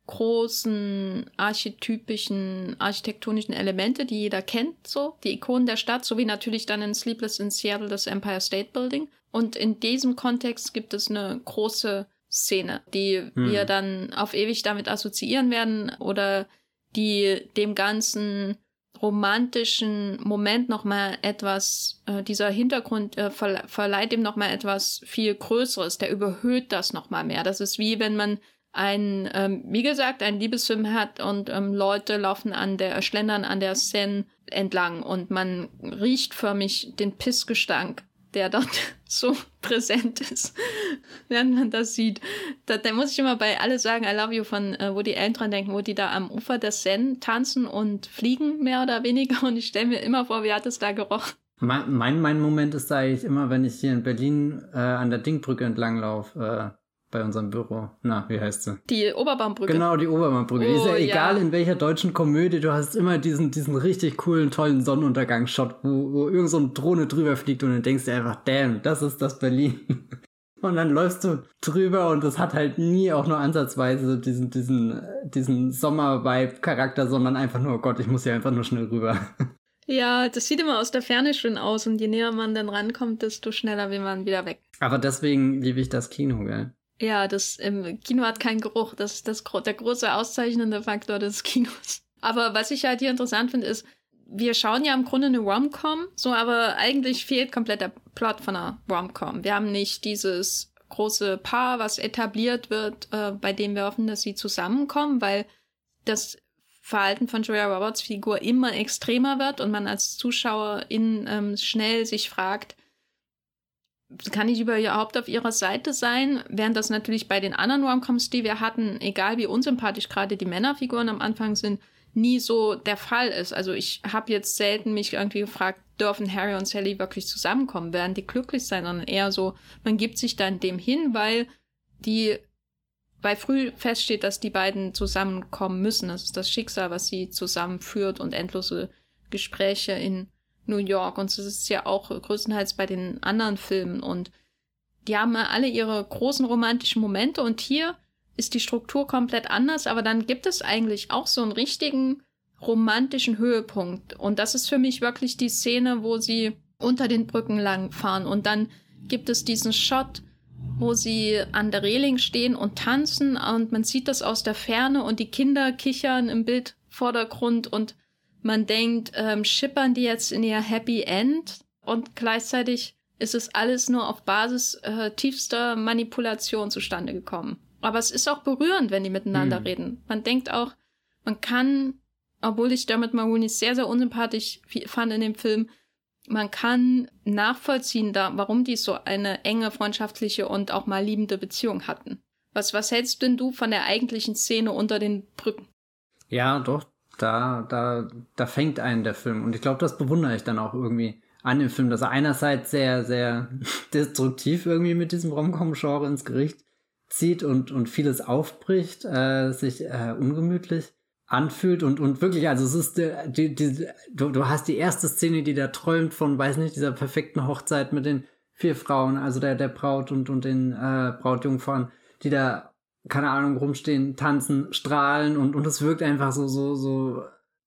großen archetypischen, architektonischen Elemente, die jeder kennt, so, die Ikonen der Stadt, sowie natürlich dann in Sleepless in Seattle das Empire State Building. Und in diesem Kontext gibt es eine große Szene, die hm. wir dann auf ewig damit assoziieren werden oder die dem ganzen romantischen Moment nochmal etwas, äh, dieser Hintergrund äh, verle- verleiht ihm nochmal etwas viel Größeres, der überhöht das nochmal mehr. Das ist wie wenn man ein, ähm, wie gesagt, einen Liebesfilm hat und ähm, Leute laufen an der, schlendern an der Seine entlang und man riecht förmlich den Pissgestank, der dort so präsent ist, während man das sieht. Da, da muss ich immer bei Alle sagen I Love You von äh, Woody Allen dran denken, wo die da am Ufer der Seine tanzen und fliegen, mehr oder weniger. Und ich stelle mir immer vor, wie hat es da gerochen. Mein, mein, mein Moment ist da eigentlich immer, wenn ich hier in Berlin äh, an der Dingbrücke entlang laufe, äh, bei unserem Büro. Na, wie heißt sie? Die Oberbaumbrücke. Genau, die Oberbaumbrücke. Oh, ist ja egal, ja. in welcher deutschen Komödie, du hast immer diesen, diesen richtig coolen, tollen Sonnenuntergangsshot, wo, wo irgend so eine Drohne drüber fliegt und dann denkst du einfach, damn, das ist das Berlin. Und dann läufst du drüber und es hat halt nie auch nur ansatzweise diesen, diesen, diesen Sommer-Vibe-Charakter, sondern einfach nur, oh Gott, ich muss hier einfach nur schnell rüber. Ja, das sieht immer aus der Ferne schön aus und je näher man dann rankommt, desto schneller will man wieder weg. Aber deswegen liebe ich das Kino, gell? Ja, das im Kino hat keinen Geruch. Das ist das, der große auszeichnende Faktor des Kinos. Aber was ich halt hier interessant finde, ist, wir schauen ja im Grunde eine Rom-Com, so, aber eigentlich fehlt komplett der Plot von einer Rom-Com. Wir haben nicht dieses große Paar, was etabliert wird, äh, bei dem wir hoffen, dass sie zusammenkommen, weil das Verhalten von Julia Roberts Figur immer extremer wird und man als Zuschauerin ähm, schnell sich fragt, kann ich überhaupt auf ihrer Seite sein? Während das natürlich bei den anderen Rom-Coms, die wir hatten, egal wie unsympathisch gerade die Männerfiguren am Anfang sind, nie so der Fall ist. Also ich habe jetzt selten mich irgendwie gefragt, dürfen Harry und Sally wirklich zusammenkommen? Werden die glücklich sein? Sondern eher so, man gibt sich dann dem hin, weil die, weil früh feststeht, dass die beiden zusammenkommen müssen. Das ist das Schicksal, was sie zusammenführt und endlose Gespräche in New York. Und das ist ja auch größtenteils bei den anderen Filmen. Und die haben alle ihre großen romantischen Momente. Und hier ist die Struktur komplett anders. Aber dann gibt es eigentlich auch so einen richtigen romantischen Höhepunkt. Und das ist für mich wirklich die Szene, wo sie unter den Brücken lang fahren. Und dann gibt es diesen Shot wo sie an der Reling stehen und tanzen und man sieht das aus der Ferne und die Kinder kichern im Bildvordergrund und man denkt, ähm, schippern die jetzt in ihr Happy End? Und gleichzeitig ist es alles nur auf Basis äh, tiefster Manipulation zustande gekommen. Aber es ist auch berührend, wenn die miteinander hm. reden. Man denkt auch, man kann, obwohl ich Dermot Mulroney sehr, sehr unsympathisch fand in dem Film, man kann nachvollziehen, da, warum die so eine enge, freundschaftliche und auch mal liebende Beziehung hatten. Was, was hältst denn du von der eigentlichen Szene unter den Brücken? Ja, doch, da, da, da fängt einen der Film. Und ich glaube, das bewundere ich dann auch irgendwie an dem Film, dass er einerseits sehr, sehr destruktiv irgendwie mit diesem Rom-Com-Genre ins Gericht zieht und, und vieles aufbricht, äh, sich äh, ungemütlich anfühlt und, und wirklich, also es ist die, die, du, du hast die erste Szene, die da träumt von, weiß nicht, dieser perfekten Hochzeit mit den vier Frauen, also der, der Braut und, und den äh, Brautjungfern, die da, keine Ahnung, rumstehen, tanzen, strahlen und, und es wirkt einfach so, so, so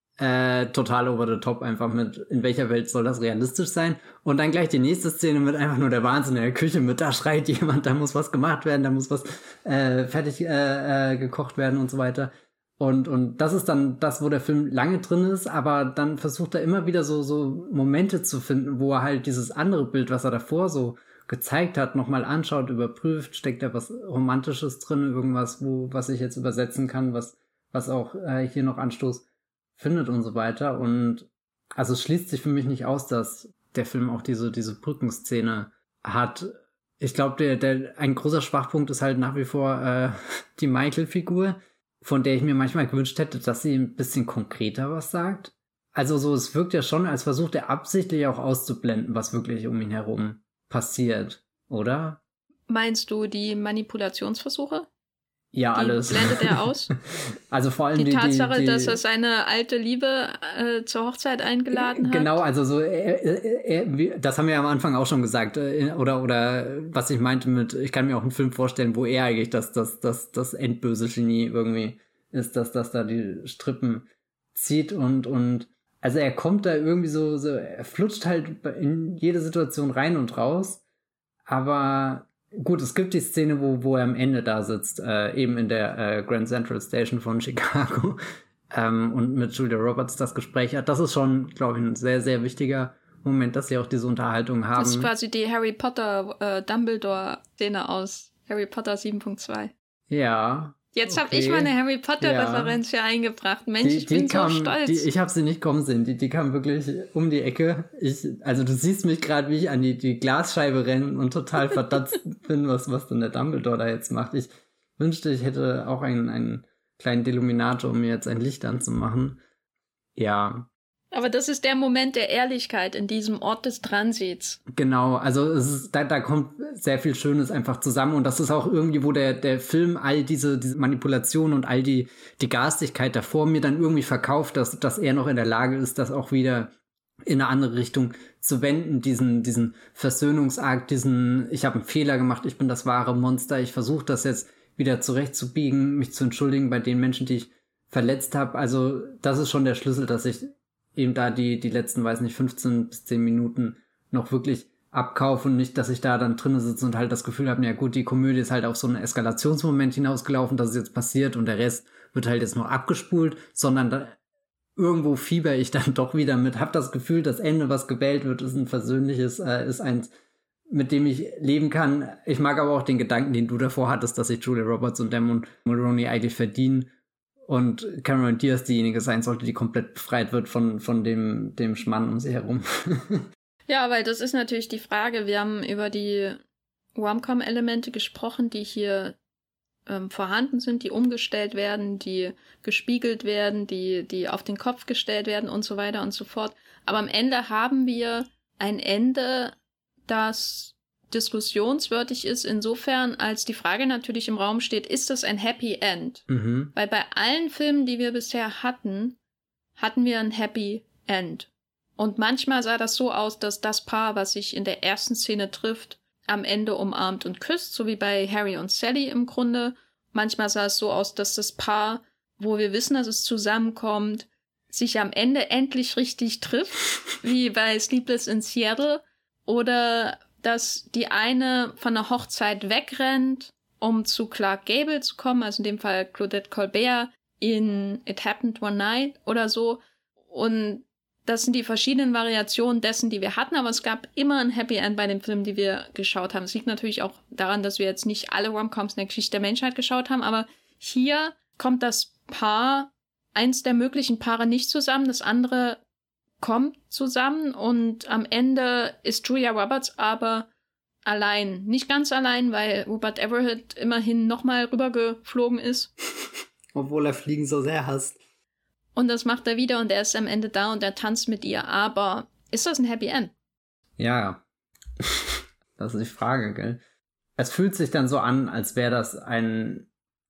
äh, total over the top einfach mit, in welcher Welt soll das realistisch sein? Und dann gleich die nächste Szene mit einfach nur der Wahnsinn in der Küche mit, da schreit jemand, da muss was gemacht werden, da muss was äh, fertig äh, äh, gekocht werden und so weiter. Und, und das ist dann das, wo der Film lange drin ist, aber dann versucht er immer wieder so, so Momente zu finden, wo er halt dieses andere Bild, was er davor so gezeigt hat, nochmal anschaut, überprüft, steckt da was Romantisches drin, irgendwas, wo, was ich jetzt übersetzen kann, was, was auch äh, hier noch Anstoß findet und so weiter. Und also es schließt sich für mich nicht aus, dass der Film auch diese, diese Brückenszene hat. Ich glaube, der, der, ein großer Schwachpunkt ist halt nach wie vor äh, die Michael-Figur, von der ich mir manchmal gewünscht hätte, dass sie ein bisschen konkreter was sagt. Also so, es wirkt ja schon, als versucht er absichtlich auch auszublenden, was wirklich um ihn herum passiert, oder? Meinst du die Manipulationsversuche? Ja, die alles. Blendet er aus? Also vor allem die, die Tatsache, die, die, dass er seine alte Liebe äh, zur Hochzeit eingeladen hat. Genau, also so, er, er, er, das haben wir ja am Anfang auch schon gesagt, oder oder was ich meinte mit, ich kann mir auch einen Film vorstellen, wo er eigentlich das das das das endböse Genie irgendwie ist, dass das da die Strippen zieht und und also er kommt da irgendwie so so, er flutscht halt in jede Situation rein und raus, aber gut, es gibt die Szene, wo, wo er am Ende da sitzt, äh, eben in der äh, Grand Central Station von Chicago ähm, und mit Julia Roberts das Gespräch hat. Das ist schon, glaube ich, ein sehr, sehr wichtiger Moment, dass sie auch diese Unterhaltung haben. Das ist quasi die Harry Potter äh, Dumbledore-Szene aus Harry Potter sieben Punkt zwei. Ja. Jetzt okay. habe ich mal eine Harry Potter-Referenz ja. hier eingebracht. Mensch, die, ich bin kam, so stolz. Die, ich habe sie nicht kommen sehen. Die, die kam wirklich um die Ecke. Ich, also du siehst mich gerade, wie ich an die, die Glasscheibe renne und total verdutzt bin, was, was denn der Dumbledore da jetzt macht. Ich wünschte, ich hätte auch einen, einen kleinen Deluminator, um mir jetzt ein Licht anzumachen. Ja. Aber das ist der Moment der Ehrlichkeit in diesem Ort des Transits. Genau, also es ist, da, da kommt sehr viel Schönes einfach zusammen und das ist auch irgendwie, wo der, der Film all diese, diese Manipulation und all die, die Garstigkeit davor mir dann irgendwie verkauft, dass, dass er noch in der Lage ist, das auch wieder in eine andere Richtung zu wenden, diesen, diesen Versöhnungsakt, diesen, ich habe einen Fehler gemacht, ich bin das wahre Monster, ich versuche das jetzt wieder zurechtzubiegen, mich zu entschuldigen bei den Menschen, die ich verletzt habe. Also das ist schon der Schlüssel, dass ich eben da die, die letzten, weiß nicht, fünfzehn bis zehn Minuten noch wirklich abkaufe und nicht, dass ich da dann drinnen sitze und halt das Gefühl habe, ja gut, die Komödie ist halt auf so einen Eskalationsmoment hinausgelaufen, dass es jetzt passiert und der Rest wird halt jetzt noch abgespult, sondern da, irgendwo fieber ich dann doch wieder mit, hab das Gefühl, das Ende, was gewählt wird, ist ein versöhnliches, äh, ist eins, mit dem ich leben kann. Ich mag aber auch den Gedanken, den du davor hattest, dass sich Julia Roberts und Dermot Mulroney eigentlich verdienen, und Cameron Diaz diejenige sein sollte, die komplett befreit wird von, von dem, dem Schmann um sie herum. Ja, weil das ist natürlich die Frage. Wir haben über die Rom-Com-Elemente gesprochen, die hier ähm, vorhanden sind, die umgestellt werden, die gespiegelt werden, die, die auf den Kopf gestellt werden und so weiter und so fort. Aber am Ende haben wir ein Ende, das diskussionswürdig ist insofern, als die Frage natürlich im Raum steht, ist das ein Happy End? Mhm. Weil bei allen Filmen, die wir bisher hatten, hatten wir ein Happy End. Und manchmal sah das so aus, dass das Paar, was sich in der ersten Szene trifft, am Ende umarmt und küsst, so wie bei Harry und Sally im Grunde. Manchmal sah es so aus, dass das Paar, wo wir wissen, dass es zusammenkommt, sich am Ende endlich richtig trifft, wie bei Sleepless in Seattle. Oder dass die eine von der Hochzeit wegrennt, um zu Clark Gable zu kommen, also in dem Fall Claudette Colbert in It Happened One Night oder so. Und das sind die verschiedenen Variationen dessen, die wir hatten, aber es gab immer ein Happy End bei den Filmen, die wir geschaut haben. Es liegt natürlich auch daran, dass wir jetzt nicht alle Rom-Coms in der Geschichte der Menschheit geschaut haben, aber hier kommt das Paar, eins der möglichen Paare nicht zusammen, das andere kommt zusammen und am Ende ist Julia Roberts aber allein. Nicht ganz allein, weil Rupert Everett immerhin nochmal rübergeflogen ist. Obwohl er Fliegen so sehr hasst. Und das macht er wieder und er ist am Ende da und er tanzt mit ihr. Aber ist das ein Happy End? Ja, das ist die Frage, gell? Es fühlt sich dann so an, als wäre das ein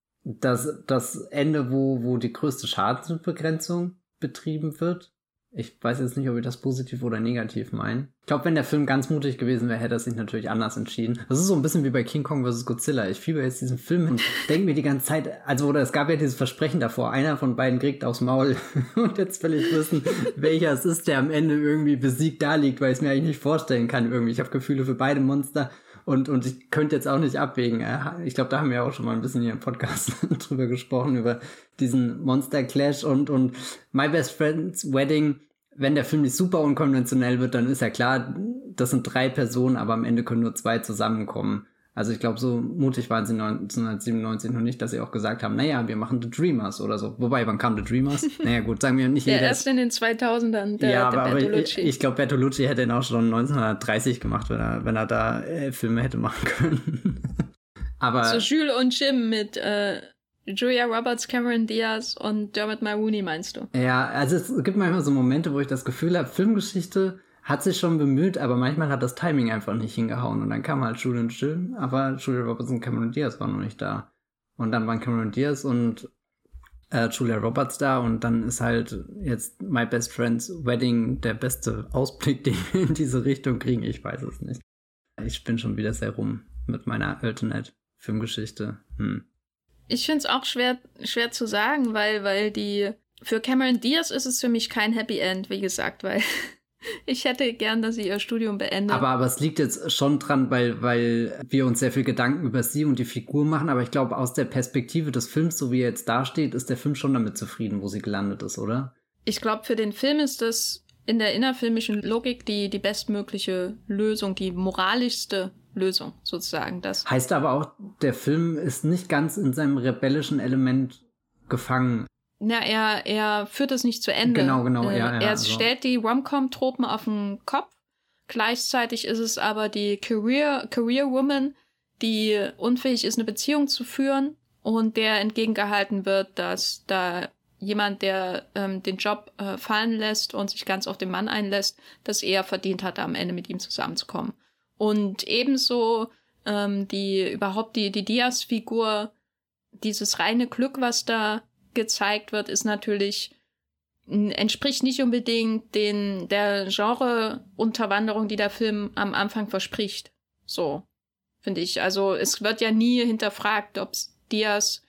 das, das Ende, wo, wo die größte Schadensbegrenzung betrieben wird. Ich weiß jetzt nicht, ob ich das positiv oder negativ meine. Ich glaube, wenn der Film ganz mutig gewesen wäre, hätte er sich natürlich anders entschieden. Das ist so ein bisschen wie bei King Kong versus. Godzilla. Ich fieber jetzt diesen Film und denke mir die ganze Zeit, also oder es gab ja dieses Versprechen davor, einer von beiden kriegt aufs Maul und jetzt will ich wissen, welcher es ist, der am Ende irgendwie besiegt da liegt, weil ich es mir eigentlich nicht vorstellen kann irgendwie. Ich habe Gefühle für beide Monster und, und ich könnte jetzt auch nicht abwägen. Ich glaube, da haben wir auch schon mal ein bisschen hier im Podcast drüber gesprochen, über diesen Monster Clash und, und My Best Friend's Wedding. Wenn der Film nicht super unkonventionell wird, dann ist ja klar, das sind drei Personen, aber am Ende können nur zwei zusammenkommen. Also ich glaube, so mutig waren sie neunzehnhundertsiebenundneunzig noch nicht, dass sie auch gesagt haben, naja, wir machen The Dreamers oder so. Wobei, wann kam The Dreamers? Naja gut, sagen wir nicht der jeder. Erst in den zweitausendern, der, ja, der aber, Bertolucci. Aber ich, ich glaube, Bertolucci hätte ihn auch schon neunzehnhundertdreißig gemacht, wenn er, wenn er da äh, Filme hätte machen können. Aber so Jules und Jim mit äh, Julia Roberts, Cameron Diaz und Dermot Mulroney, meinst du? Ja, also es gibt manchmal so Momente, wo ich das Gefühl habe, Filmgeschichte hat sich schon bemüht, aber manchmal hat das Timing einfach nicht hingehauen. Und dann kam halt Jules und Jim, aber Julia Roberts und Cameron Diaz waren noch nicht da. Und dann waren Cameron Diaz und äh, Julia Roberts da und dann ist halt jetzt My Best Friend's Wedding der beste Ausblick, den wir in diese Richtung kriegen. Ich weiß es nicht. Ich bin schon wieder sehr rum mit meiner Alternate-Filmgeschichte. Hm. Ich finde es auch schwer, schwer zu sagen, weil, weil die, für Cameron Diaz ist es für mich kein Happy End, wie gesagt, weil ich hätte gern, dass sie ihr Studium beendet. Aber, aber es liegt jetzt schon dran, weil, weil wir uns sehr viel Gedanken über sie und die Figur machen, aber ich glaube, aus der Perspektive des Films, so wie er jetzt dasteht, ist der Film schon damit zufrieden, wo sie gelandet ist, oder? Ich glaube, für den Film ist das in der innerfilmischen Logik die, die bestmögliche Lösung, die moralischste Lösung sozusagen. Das heißt aber auch, der Film ist nicht ganz in seinem rebellischen Element gefangen. Na, er, er führt es nicht zu Ende. Genau, genau, äh, ja, ja. Er also. stellt die Rom-Com-Tropen auf den Kopf. Gleichzeitig ist es aber die Career, Career Woman, die unfähig ist, eine Beziehung zu führen und der entgegengehalten wird, dass da jemand, der ähm, den Job äh, fallen lässt und sich ganz auf den Mann einlässt, dass er verdient hat, am Ende mit ihm zusammenzukommen. Und ebenso ähm, die überhaupt die, die Diaz-Figur, dieses reine Glück, was da gezeigt wird, ist natürlich, entspricht nicht unbedingt den der Genre-Unterwanderung, die der Film am Anfang verspricht. So, finde ich. Also es wird ja nie hinterfragt, ob Diaz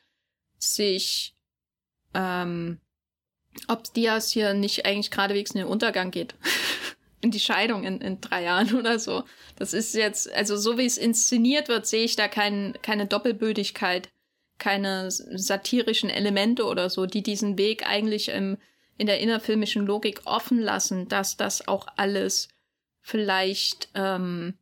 sich, ähm, ob Diaz hier nicht eigentlich geradewegs in den Untergang geht. In die Scheidung in, in drei Jahren oder so. Das ist jetzt, also so wie es inszeniert wird, sehe ich da kein, keine Doppelbödigkeit, keine satirischen Elemente oder so, die diesen Weg eigentlich im, in der innerfilmischen Logik offen lassen, dass das auch alles vielleicht ähm,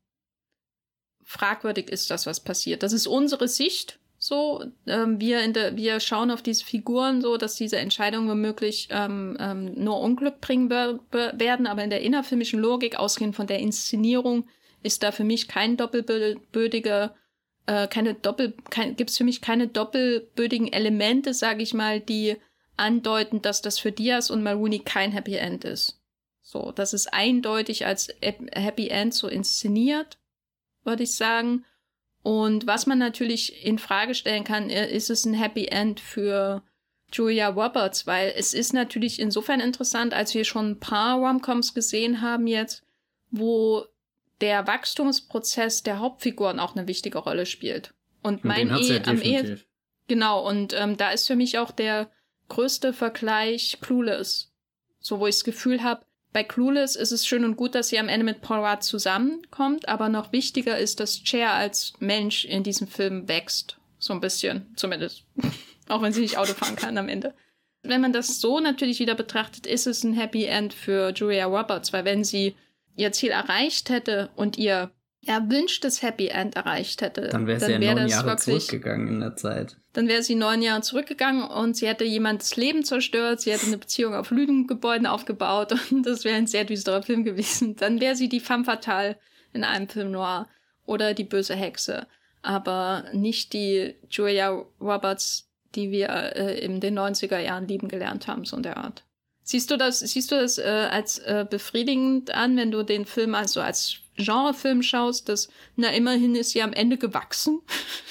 fragwürdig ist, das was passiert. Das ist unsere Sicht. So, ähm, wir in der, wir schauen auf diese Figuren so, dass diese Entscheidungen womöglich ähm, ähm, nur Unglück bringen be- be- werden, aber in der innerfilmischen Logik, ausgehend von der Inszenierung, ist da für mich kein doppelbödiger, äh, keine Doppel, kein, gibt's für mich keine doppelbödigen Elemente, sage ich mal, die andeuten, dass das für Diaz und Mulroney kein Happy End ist. So, das ist eindeutig als Happy End so inszeniert, würde ich sagen. Und was man natürlich in Frage stellen kann, ist es ein Happy End für Julia Roberts, weil es ist natürlich insofern interessant, als wir schon ein paar Rom-Coms gesehen haben jetzt, wo der Wachstumsprozess der Hauptfiguren auch eine wichtige Rolle spielt. Und mein Ehe am Ehe genau, und ähm, da ist für mich auch der größte Vergleich Clueless. So, wo ich das Gefühl habe, bei Clueless ist es schön und gut, dass sie am Ende mit Paul Rudd zusammenkommt, aber noch wichtiger ist, dass Cher als Mensch in diesem Film wächst. So ein bisschen, zumindest. Auch wenn sie nicht Auto fahren kann am Ende. Wenn man das so natürlich wieder betrachtet, ist es ein Happy End für Julia Roberts, weil wenn sie ihr Ziel erreicht hätte und ihr erwünschtes Happy End erreicht hätte, dann wäre sie ja wär neun das Jahre wirklich, zurückgegangen in der Zeit. Dann wäre sie neun Jahre zurückgegangen und sie hätte jemandes Leben zerstört, sie hätte eine Beziehung auf Lügengebäuden aufgebaut und das wäre ein sehr düsterer Film gewesen. Dann wäre sie die femme fatale in einem Film noir oder die böse Hexe, aber nicht die Julia Roberts, die wir äh, in den neunziger Jahren lieben gelernt haben, so in der Art. Siehst du das, siehst du das äh, als äh, befriedigend an, wenn du den Film also als Genrefilm schaust, dass, na, immerhin ist sie am Ende gewachsen?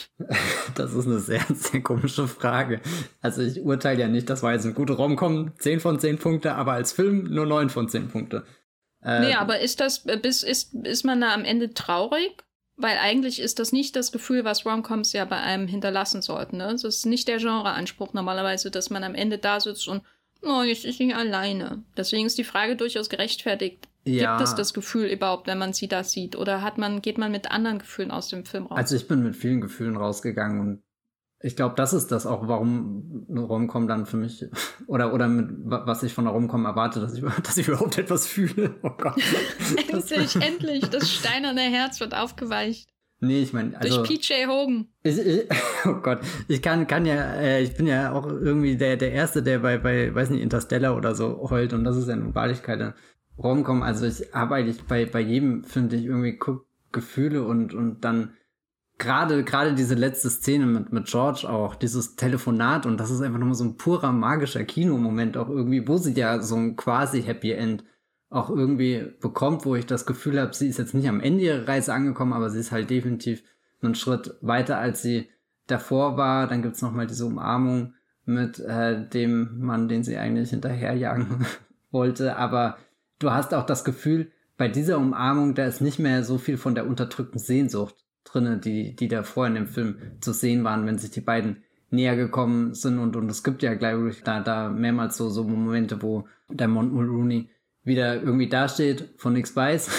Das ist eine sehr, sehr komische Frage. Also ich urteile ja nicht, das war jetzt ein guter Rom-Com, zehn von zehn Punkte, aber als Film nur neun von zehn Punkte. Äh, nee, aber ist das, ist, ist, ist man da am Ende traurig? Weil eigentlich ist das nicht das Gefühl, was Rom-Coms ja bei einem hinterlassen sollten. Ne? Das ist nicht der Genreanspruch normalerweise, dass man am Ende da sitzt und oh, jetzt ist sie alleine. Deswegen ist die Frage durchaus gerechtfertigt. Ja. Gibt es das Gefühl überhaupt, wenn man sie da sieht? Oder hat man, geht man mit anderen Gefühlen aus dem Film raus? Also ich bin mit vielen Gefühlen rausgegangen und ich glaube, das ist das auch, warum eine Rom-Com dann für mich, oder oder mit was ich von der Rom-Com erwarte, dass ich, dass ich überhaupt etwas fühle. Oh Gott. endlich, endlich, das steinerne Herz wird aufgeweicht. Nee, ich meine, also... Durch P J Hogan. Ich, ich, oh Gott, ich kann, kann ja, äh, ich bin ja auch irgendwie der, der Erste, der bei, bei, weiß nicht, Interstellar oder so heult und das ist ja nun wahrlich keine Rom-Com. Also ich habe eigentlich bei, bei jedem Film, den ich irgendwie gucke, Gefühle und, und dann gerade, gerade diese letzte Szene mit, mit George auch, dieses Telefonat und das ist einfach nochmal so ein purer magischer Kinomoment auch irgendwie, wo sie ja so ein quasi Happy End auch irgendwie bekommt, wo ich das Gefühl habe, sie ist jetzt nicht am Ende ihrer Reise angekommen, aber sie ist halt definitiv einen Schritt weiter, als sie davor war. Dann gibt's nochmal diese Umarmung mit äh, dem Mann, den sie eigentlich hinterherjagen wollte. Aber du hast auch das Gefühl, bei dieser Umarmung, da ist nicht mehr so viel von der unterdrückten Sehnsucht drinne, die die da vorher in dem Film zu sehen waren, wenn sich die beiden näher gekommen sind. Und und es gibt ja gleich da da mehrmals so so Momente, wo der Mont Mulrooney wieder irgendwie dasteht, von nichts weiß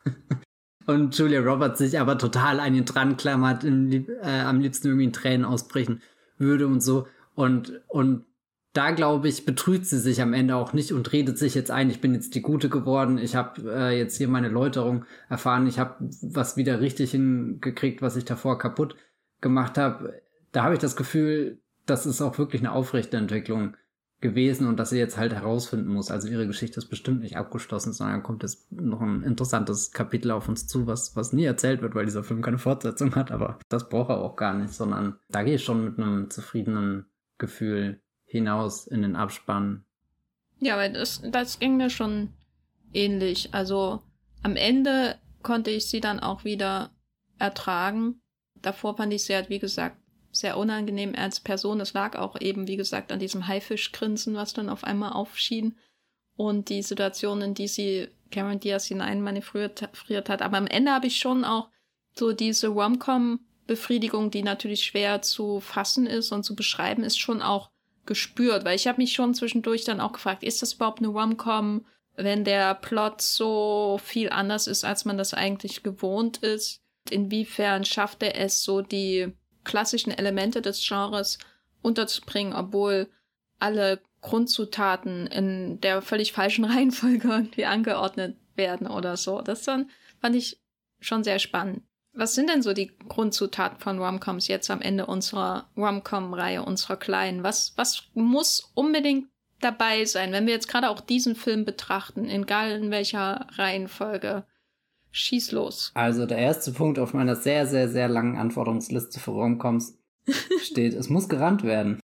und Julia Roberts sich aber total an ihn dran klammert, im, äh, am liebsten irgendwie in Tränen ausbrechen würde und so. Und und da, glaube ich, betrügt sie sich am Ende auch nicht und redet sich jetzt ein, ich bin jetzt die Gute geworden, ich habe äh, jetzt hier meine Läuterung erfahren, ich habe was wieder richtig hingekriegt, was ich davor kaputt gemacht habe. Da habe ich das Gefühl, das ist auch wirklich eine aufrechte Entwicklung gewesen und dass sie jetzt halt herausfinden muss. Also ihre Geschichte ist bestimmt nicht abgeschlossen, sondern kommt jetzt noch ein interessantes Kapitel auf uns zu, was was nie erzählt wird, weil dieser Film keine Fortsetzung hat, aber das braucht er auch gar nicht, sondern da gehe ich schon mit einem zufriedenen Gefühl hinaus in den Abspann. Ja, weil das, das ging mir schon ähnlich. Also am Ende konnte ich sie dann auch wieder ertragen. Davor fand ich sie halt, wie gesagt, sehr unangenehm als Person. Das lag auch eben, wie gesagt, an diesem Haifischgrinsen, was dann auf einmal aufschien. Und die Situation, in die sie Cameron Diaz hinein manövriert hat. Aber am Ende habe ich schon auch so diese Rom-Com-Befriedigung, die natürlich schwer zu fassen ist und zu beschreiben, ist schon auch gespürt. Weil ich habe mich schon zwischendurch dann auch gefragt, ist das überhaupt eine Rom-Com, wenn der Plot so viel anders ist, als man das eigentlich gewohnt ist? Inwiefern schafft er es, so die klassischen Elemente des Genres unterzubringen, obwohl alle Grundzutaten in der völlig falschen Reihenfolge irgendwie angeordnet werden oder so. Das dann fand ich schon sehr spannend. Was sind denn so die Grundzutaten von Rom-Coms jetzt am Ende unserer Rom-Com-Reihe, unserer kleinen? Was, was muss unbedingt dabei sein, wenn wir jetzt gerade auch diesen Film betrachten, egal in welcher Reihenfolge? Schieß los. Also der erste Punkt auf meiner sehr, sehr, sehr langen Anforderungsliste für Rom-Coms steht, es muss gerannt werden.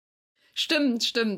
Stimmt, stimmt.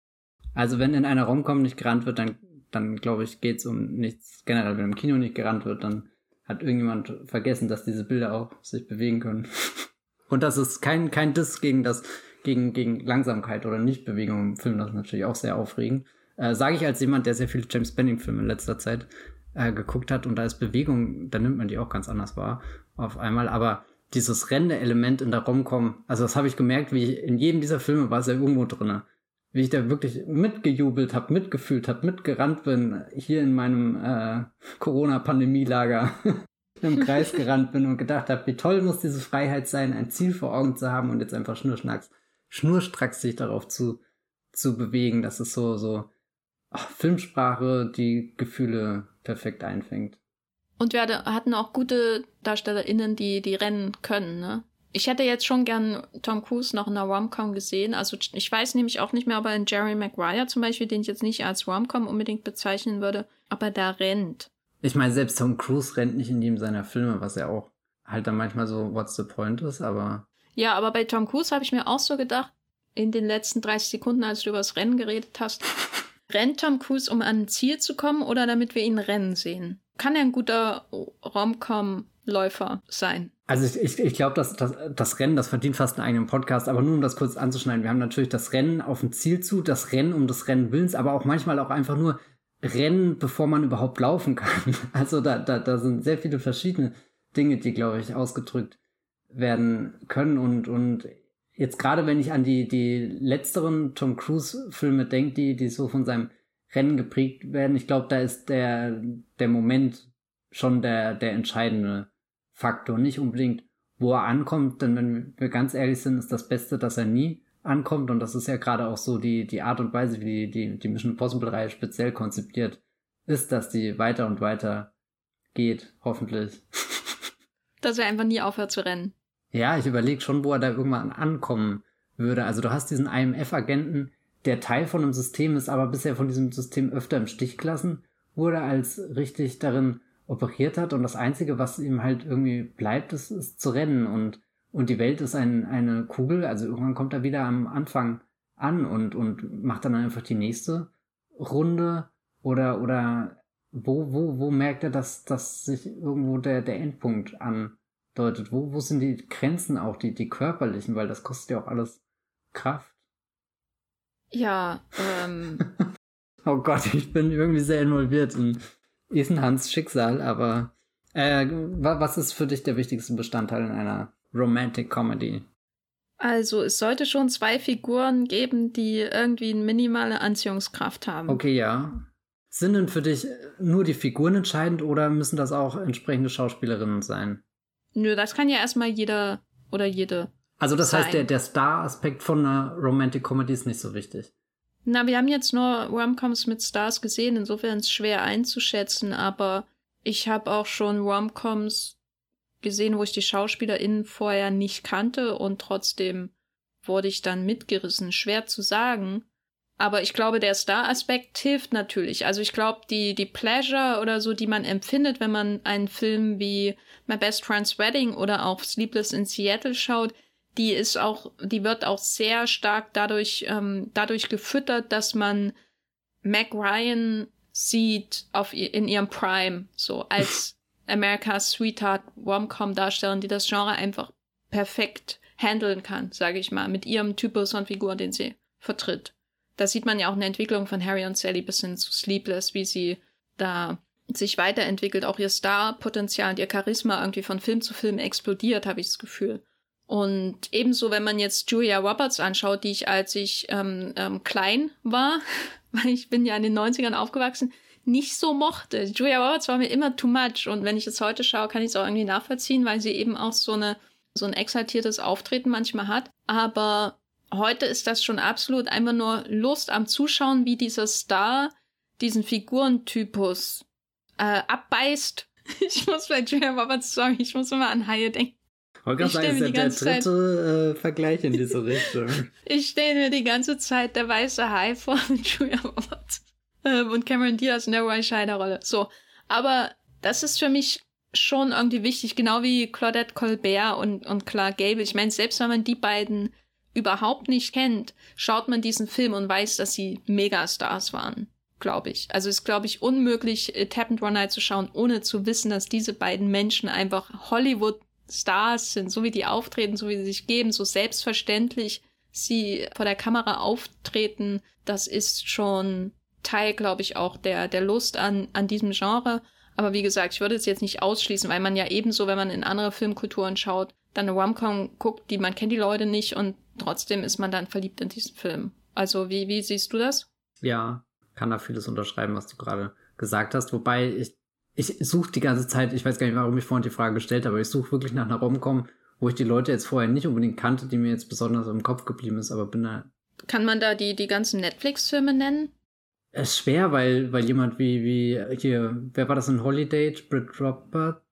Also wenn in einer Rom-Com nicht gerannt wird, dann, dann glaube ich, geht es um nichts. Generell, wenn im Kino nicht gerannt wird, dann hat irgendjemand vergessen, dass diese Bilder auch sich bewegen können. Und das ist kein, kein Diss gegen das, gegen, gegen Langsamkeit oder Nichtbewegung im Film, das ist natürlich auch sehr aufregend. Äh, sage ich als jemand, der sehr viele James Bending-Filme in letzter Zeit äh, geguckt hat und da ist Bewegung, da nimmt man die auch ganz anders wahr auf einmal, aber dieses Renne-Element in der Rom-Com, also das habe ich gemerkt, wie ich, in jedem dieser Filme war es ja irgendwo drin. wie ich da wirklich mitgejubelt habe, mitgefühlt habe, mitgerannt bin, hier in meinem äh, Corona-Pandemie-Lager im Kreis gerannt bin und gedacht habe, wie toll muss diese Freiheit sein, ein Ziel vor Augen zu haben und jetzt einfach schnurstracks, schnurstracks sich darauf zu, zu bewegen. Das ist so, so ach, Filmsprache, die Gefühle perfekt einfängt. Und wir hatten auch gute DarstellerInnen, die, die rennen können, ne? Ich hätte jetzt schon gern Tom Cruise noch in einer Rom-Com gesehen. Also ich weiß nämlich auch nicht mehr, ob er in Jerry Maguire zum Beispiel, den ich jetzt nicht als Rom-Com unbedingt bezeichnen würde, aber da rennt. Ich meine, selbst Tom Cruise rennt nicht in jedem seiner Filme, was ja auch halt dann manchmal so what's the point ist, aber... Ja, aber bei Tom Cruise habe ich mir auch so gedacht, in den letzten dreißig Sekunden, als du über das Rennen geredet hast, rennt Tom Cruise, um an ein Ziel zu kommen oder damit wir ihn rennen sehen? Kann er ein guter Rom-Com-Läufer sein? Also ich, ich, ich glaube, dass das, das Rennen, das verdient fast einen eigenen Podcast, aber nur um das kurz anzuschneiden, wir haben natürlich das Rennen auf ein Ziel zu, das Rennen um des Rennen Willens, aber auch manchmal auch einfach nur Rennen, bevor man überhaupt laufen kann. Also da, da, da sind sehr viele verschiedene Dinge, die, glaube ich, ausgedrückt werden können und, und jetzt gerade, wenn ich an die, die letzteren Tom Cruise-Filme denke, die, die so von seinem Rennen geprägt werden, ich glaube, da ist der, der Moment schon der, der entscheidende Faktor, nicht unbedingt, wo er ankommt, denn wenn wir ganz ehrlich sind, ist das Beste, dass er nie ankommt und das ist ja gerade auch so die, die Art und Weise, wie die, die, die Mission Impossible-Reihe speziell konzipiert ist, dass die weiter und weiter geht, hoffentlich. Dass er einfach nie aufhört zu rennen. Ja, ich überlege schon, wo er da irgendwann ankommen würde. Also du hast diesen I M F-Agenten, der Teil von einem System ist, aber bisher von diesem System öfter im Stich gelassen wurde, als richtig darin operiert hat und das Einzige, was ihm halt irgendwie bleibt, ist, ist zu rennen und, und die Welt ist ein, eine Kugel, also irgendwann kommt er wieder am Anfang an und, und macht dann einfach die nächste Runde oder, oder wo, wo, wo merkt er, dass, dass sich irgendwo der, der Endpunkt andeutet? Wo, wo sind die Grenzen auch, die, die körperlichen, weil das kostet ja auch alles Kraft. Ja, ähm... oh Gott, ich bin irgendwie sehr involviert in Ethan Hunts Schicksal, aber äh, was ist für dich der wichtigste Bestandteil in einer Romantic Comedy? Also, es sollte schon zwei Figuren geben, die irgendwie eine minimale Anziehungskraft haben. Okay, ja. Sind denn für dich nur die Figuren entscheidend oder müssen das auch entsprechende Schauspielerinnen sein? Nö, das kann ja erstmal jeder oder jede Also das sein. heißt, der, der Star-Aspekt von einer Romantic Comedy ist nicht so wichtig? Na, wir haben jetzt nur Rom-Coms mit Stars gesehen, insofern ist es schwer einzuschätzen, aber ich habe auch schon Rom-Coms gesehen, wo ich die SchauspielerInnen vorher nicht kannte und trotzdem wurde ich dann mitgerissen. Schwer zu sagen, aber ich glaube, der Star-Aspekt hilft natürlich. Also ich glaube, die, die Pleasure oder so, die man empfindet, wenn man einen Film wie My Best Friend's Wedding oder auch Sleepless in Seattle schaut, die ist auch, die wird auch sehr stark dadurch, ähm, dadurch gefüttert, dass man Meg Ryan sieht auf ihr, in ihrem Prime, so als America's Sweetheart Rom-Com-Darstellerin, die das Genre einfach perfekt handeln kann, sage ich mal, mit ihrem Typus von Figur, den sie vertritt. Da sieht man ja auch eine Entwicklung von Harry und Sally bis hin zu Sleepless, wie sie da sich weiterentwickelt, auch ihr Star-Potenzial und ihr Charisma irgendwie von Film zu Film explodiert, habe ich das Gefühl. Und ebenso, wenn man jetzt Julia Roberts anschaut, die ich, als ich ähm, ähm, klein war, weil ich bin ja in den neunzigern aufgewachsen, nicht so mochte. Julia Roberts war mir immer too much. Und wenn ich es heute schaue, kann ich es auch irgendwie nachvollziehen, weil sie eben auch so eine so ein exaltiertes Auftreten manchmal hat. Aber heute ist das schon absolut einfach nur Lust am Zuschauen, wie dieser Star diesen Figurentypus äh, abbeißt. Ich muss bei Julia Roberts, sorry, ich muss immer an Haie denken. Ich wollte gerade sagen, ist ja der dritte äh, Vergleich in diese Richtung. Ich stelle mir die ganze Zeit der weiße Hai vor mit Julia Roberts ähm, und Cameron Diaz in der Roy Scheider-Rolle. So, aber das ist für mich schon irgendwie wichtig, genau wie Claudette Colbert und, und Clark Gable. Ich meine, selbst wenn man die beiden überhaupt nicht kennt, schaut man diesen Film und weiß, dass sie Megastars waren, glaube ich. Also es ist, glaube ich, unmöglich, Tappan One Night zu schauen, ohne zu wissen, dass diese beiden Menschen einfach Hollywood Stars sind, so wie die auftreten, so wie sie sich geben, so selbstverständlich sie vor der Kamera auftreten, das ist schon Teil, glaube ich, auch der, der Lust an, an diesem Genre. Aber wie gesagt, ich würde es jetzt nicht ausschließen, weil man ja ebenso, wenn man in andere Filmkulturen schaut, dann eine Rom-Com guckt, die man kennt die Leute nicht und trotzdem ist man dann verliebt in diesen Film. Also wie, wie siehst du das? Ja, kann da vieles unterschreiben, was du gerade gesagt hast. Wobei ich, ich suche die ganze Zeit, ich weiß gar nicht, warum ich vorhin die Frage gestellt habe, aber ich suche wirklich nach einer Rom-Com, wo ich die Leute jetzt vorher nicht unbedingt kannte, die mir jetzt besonders im Kopf geblieben ist, aber bin da... Kann man da die, die ganzen Netflix-Filme nennen? Es ist schwer, weil, weil jemand wie, wie hier, wer war das in Holiday? Britt Roberts?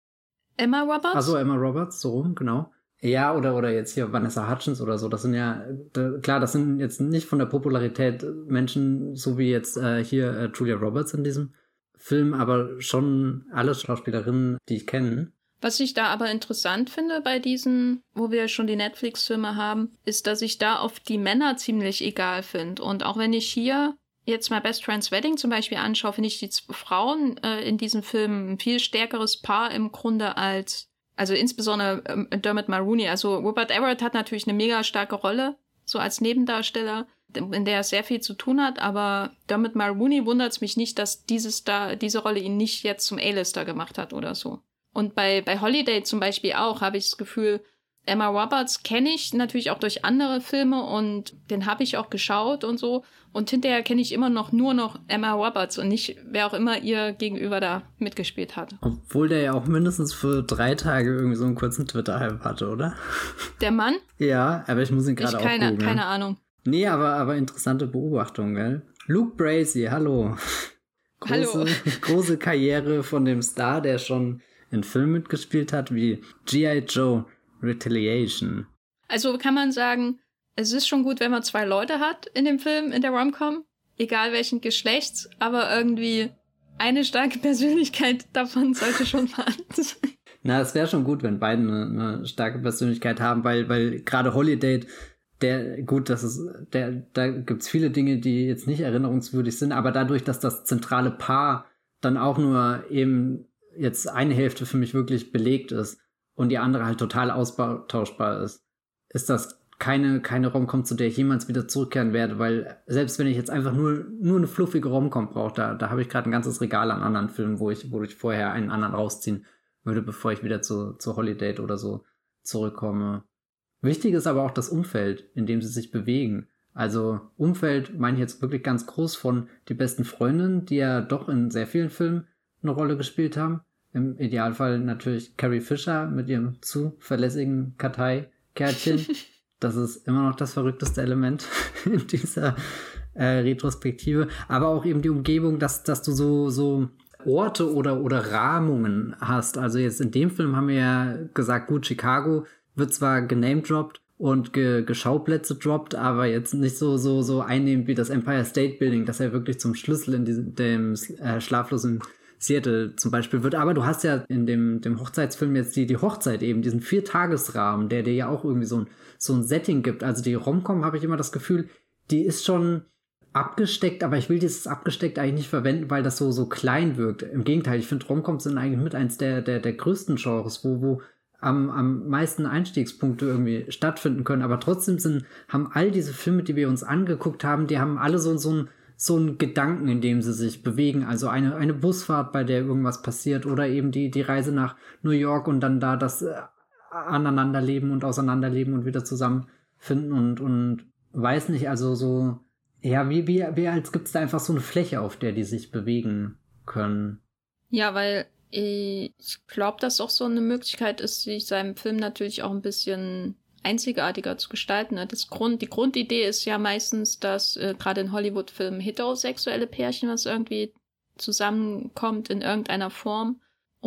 Emma Roberts? Achso, Emma Roberts, so rum, genau. Ja, oder, oder jetzt hier Vanessa Hudgens oder so. Das sind ja, da, klar, das sind jetzt nicht von der Popularität Menschen, so wie jetzt äh, hier äh, Julia Roberts in diesem Film, aber schon alle Schauspielerinnen, die ich kenne. Was ich da aber interessant finde bei diesen, wo wir schon die Netflix-Filme haben, ist, dass ich da oft die Männer ziemlich egal finde. Und auch wenn ich hier jetzt mal Best Friend's Wedding zum Beispiel anschaue, finde ich die Frauen äh, in diesem Film ein viel stärkeres Paar im Grunde als, also insbesondere ähm, Dermot Mulroney. Also Rupert Everett hat natürlich eine mega starke Rolle, so als Nebendarsteller, in der er sehr viel zu tun hat, aber Dermot Mulroney wundert es mich nicht, dass dieses da, diese Rolle ihn nicht jetzt zum A-Lister gemacht hat oder so. Und bei, bei Holiday zum Beispiel auch habe ich das Gefühl, Emma Roberts kenne ich natürlich auch durch andere Filme und den habe ich auch geschaut und so. Und hinterher kenne ich immer noch nur noch Emma Roberts und nicht, wer auch immer ihr gegenüber da mitgespielt hat. Obwohl der ja auch mindestens für drei Tage irgendwie so einen kurzen Twitter-Hype hatte, oder? Der Mann? Ja, aber ich muss ihn gerade auch keine, googeln. keine Ahnung. Nee, aber, aber interessante Beobachtung, gell? Luke Bracey, hallo. Große, hallo. große Karriere von dem Star, der schon in Filmen mitgespielt hat, wie G I. Joe Retaliation. Also kann man sagen, es ist schon gut, wenn man zwei Leute hat in dem Film, in der Rom-Com, egal welchen Geschlechts, aber irgendwie eine starke Persönlichkeit davon sollte schon vorhanden sein. Na, es wäre schon gut, wenn beide eine, eine starke Persönlichkeit haben, weil, weil gerade Holiday, der, gut, das ist, der, da gibt's viele Dinge, die jetzt nicht erinnerungswürdig sind, aber dadurch, dass das zentrale Paar dann auch nur eben jetzt eine Hälfte für mich wirklich belegt ist und die andere halt total austauschbar ist, ist das keine, keine Rom-Com, zu der ich jemals wieder zurückkehren werde, weil selbst wenn ich jetzt einfach nur, nur eine fluffige Rom-Com brauche, da, da habe ich gerade ein ganzes Regal an anderen Filmen, wo ich, wo ich vorher einen anderen rausziehen würde, bevor ich wieder zu, zu Holiday oder so zurückkomme. Wichtig ist aber auch das Umfeld, in dem sie sich bewegen. Also Umfeld meine ich jetzt wirklich ganz groß, von Die besten Freundinnen, die ja doch in sehr vielen Filmen eine Rolle gespielt haben. Im Idealfall natürlich Carrie Fisher mit ihrem zuverlässigen Karteikärtchen. Das ist immer noch das verrückteste Element in dieser äh, Retrospektive. Aber auch eben die Umgebung, dass, dass du so, so Orte oder, oder Rahmungen hast. Also jetzt in dem Film haben wir ja gesagt, gut, Chicago wird zwar genamedroppt und ge, geschauplätze droppt, aber jetzt nicht so, so, so einnehmend wie das Empire State Building, das ja wirklich zum Schlüssel in diesem, dem äh, schlaflosen Seattle zum Beispiel wird. Aber du hast ja in dem, dem Hochzeitsfilm jetzt die, die Hochzeit eben, diesen Viertagesrahmen, der dir ja auch irgendwie so ein, so ein Setting gibt. Also die Rom-Com, habe ich immer das Gefühl, die ist schon abgesteckt, aber ich will dieses abgesteckt eigentlich nicht verwenden, weil das so, so klein wirkt. Im Gegenteil, ich finde Rom-Coms sind eigentlich mit eins der, der, der größten Genres, wo, wo am, am meisten Einstiegspunkte irgendwie stattfinden können. Aber trotzdem sind, haben all diese Filme, die wir uns angeguckt haben, die haben alle so, so ein so ein Gedanken, in dem sie sich bewegen. Also eine, eine Busfahrt, bei der irgendwas passiert, oder eben die, die Reise nach New York und dann da das äh, Aneinanderleben und Auseinanderleben und wieder zusammenfinden und, und weiß nicht, also so, ja, wie, wie, wie als gibt's da einfach so eine Fläche, auf der die sich bewegen können. Ja, weil ich glaube, dass auch so eine Möglichkeit ist, sich seinem Film natürlich auch ein bisschen einzigartiger zu gestalten. Das Grund, die Grundidee ist ja meistens, dass äh, gerade in Hollywood-Filmen heterosexuelle Pärchen, was irgendwie zusammenkommt in irgendeiner Form.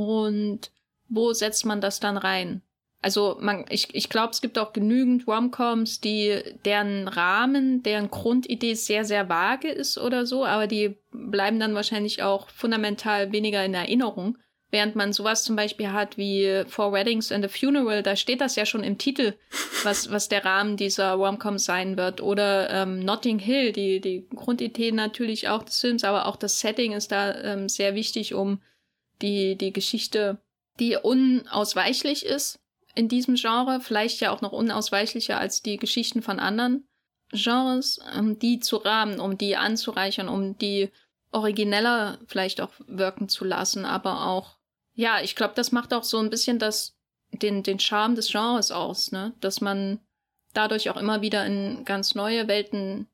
Und wo setzt man das dann rein? Also man, ich, ich glaube, es gibt auch genügend Rom-Coms, die deren Rahmen, deren Grundidee sehr, sehr vage ist oder so, aber die bleiben dann wahrscheinlich auch fundamental weniger in Erinnerung. Während man sowas zum Beispiel hat wie Four Weddings and a Funeral, da steht das ja schon im Titel, was was der Rahmen dieser Rom-Com sein wird. Oder ähm, Notting Hill, die die Grundidee natürlich auch des Films, aber auch das Setting ist da ähm, sehr wichtig, um die die Geschichte, die unausweichlich ist in diesem Genre, vielleicht ja auch noch unausweichlicher als die Geschichten von anderen Genres, um die zu rahmen, um die anzureichern, um die origineller vielleicht auch wirken zu lassen, aber auch, ja, ich glaube, das macht auch so ein bisschen das, den, den Charme des Genres aus, ne, dass man dadurch auch immer wieder in ganz neue Welten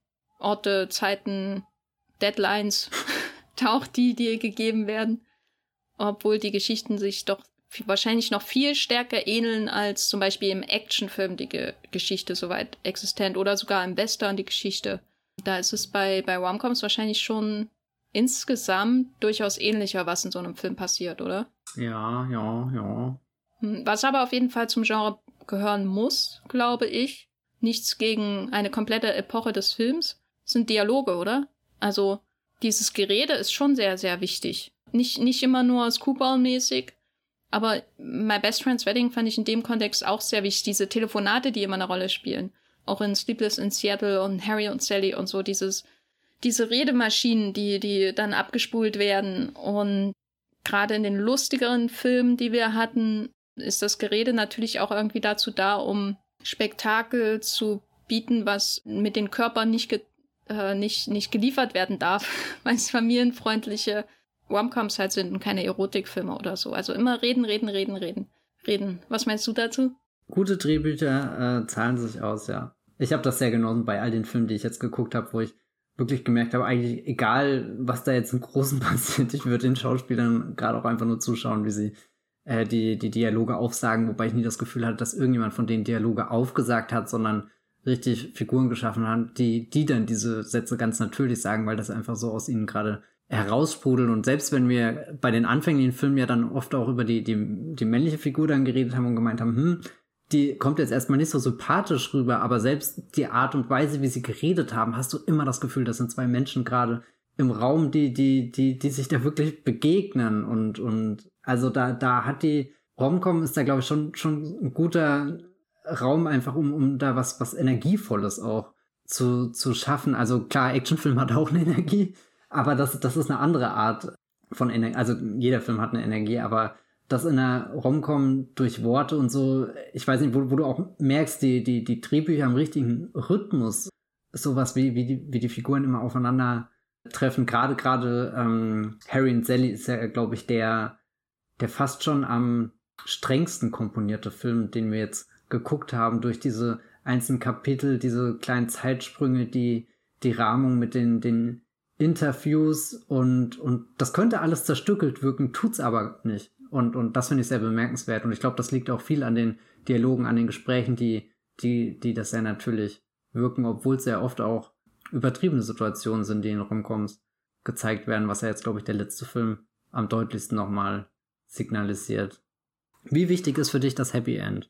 Orte, Zeiten, Deadlines taucht, die dir gegeben werden. Obwohl die Geschichten sich doch wahrscheinlich noch viel stärker ähneln als zum Beispiel im Actionfilm die Ge- Geschichte soweit existent oder sogar im Western die Geschichte. Da ist es bei, bei Romcoms wahrscheinlich schon insgesamt durchaus ähnlicher, was in so einem Film passiert, oder? Ja, ja, ja. Was aber auf jeden Fall zum Genre gehören muss, glaube ich, nichts gegen eine komplette Epoche des Films, sind Dialoge, oder? Also dieses Gerede ist schon sehr, sehr wichtig. Nicht, nicht immer nur Screwball-mäßig, aber My Best Friend's Wedding fand ich in dem Kontext auch sehr wichtig. Diese Telefonate, die immer eine Rolle spielen. Auch in Sleepless in Seattle und Harry und Sally und so. Dieses, diese Redemaschinen, die, die dann abgespult werden. Und gerade in den lustigeren Filmen, die wir hatten, ist das Gerede natürlich auch irgendwie dazu da, um Spektakel zu bieten, was mit den Körpern nicht, ge- äh, nicht, nicht geliefert werden darf, weil es familienfreundliche Romcoms halt sind und keine Erotikfilme oder so. Also immer reden, reden, reden, reden, reden. Was meinst du dazu? Gute Drehbücher äh, zahlen sich aus, ja. Ich habe das sehr genossen bei all den Filmen, die ich jetzt geguckt habe, wo ich wirklich gemerkt habe, eigentlich egal, was da jetzt im Großen passiert, ich würde den Schauspielern gerade auch einfach nur zuschauen, wie sie äh, die, die Dialoge aufsagen, wobei ich nie das Gefühl hatte, dass irgendjemand von denen Dialoge aufgesagt hat, sondern richtig Figuren geschaffen hat, die, die dann diese Sätze ganz natürlich sagen, weil das einfach so aus ihnen gerade heraussprudeln. Und selbst wenn wir bei den anfänglichen Filmen ja dann oft auch über die, die, die männliche Figur dann geredet haben und gemeint haben, hm, die kommt jetzt erstmal nicht so sympathisch rüber, aber selbst die Art und Weise, wie sie geredet haben, hast du immer das Gefühl, das sind zwei Menschen gerade im Raum, die, die, die, die sich da wirklich begegnen. Und, und also da, da hat die Romcom ist da, glaube ich, schon, schon ein guter Raum einfach, um, um da was, was Energievolles auch zu, zu schaffen. Also klar, Actionfilm hat auch eine Energie, aber das, das ist eine andere Art von Energie. Also jeder Film hat eine Energie, aber das in einer Romcom durch Worte und so, ich weiß nicht, wo, wo du auch merkst, die, die, die Drehbücher am richtigen Rhythmus, sowas wie, wie, die, wie die Figuren immer aufeinander treffen. Gerade, gerade ähm, Harry und Sally ist ja, glaube ich, der, der fast schon am strengsten komponierte Film, den wir jetzt geguckt haben, durch diese einzelnen Kapitel, diese kleinen Zeitsprünge, die, die Rahmung mit den, den Interviews und, und das könnte alles zerstückelt wirken, tut's aber nicht. Und, und das finde ich sehr bemerkenswert. Und ich glaube, das liegt auch viel an den Dialogen, an den Gesprächen, die, die, die das sehr natürlich wirken, obwohl es sehr oft auch übertriebene Situationen sind, die in Romcoms gezeigt werden, was ja jetzt, glaube ich, der letzte Film am deutlichsten nochmal signalisiert. Wie wichtig ist für dich das Happy End?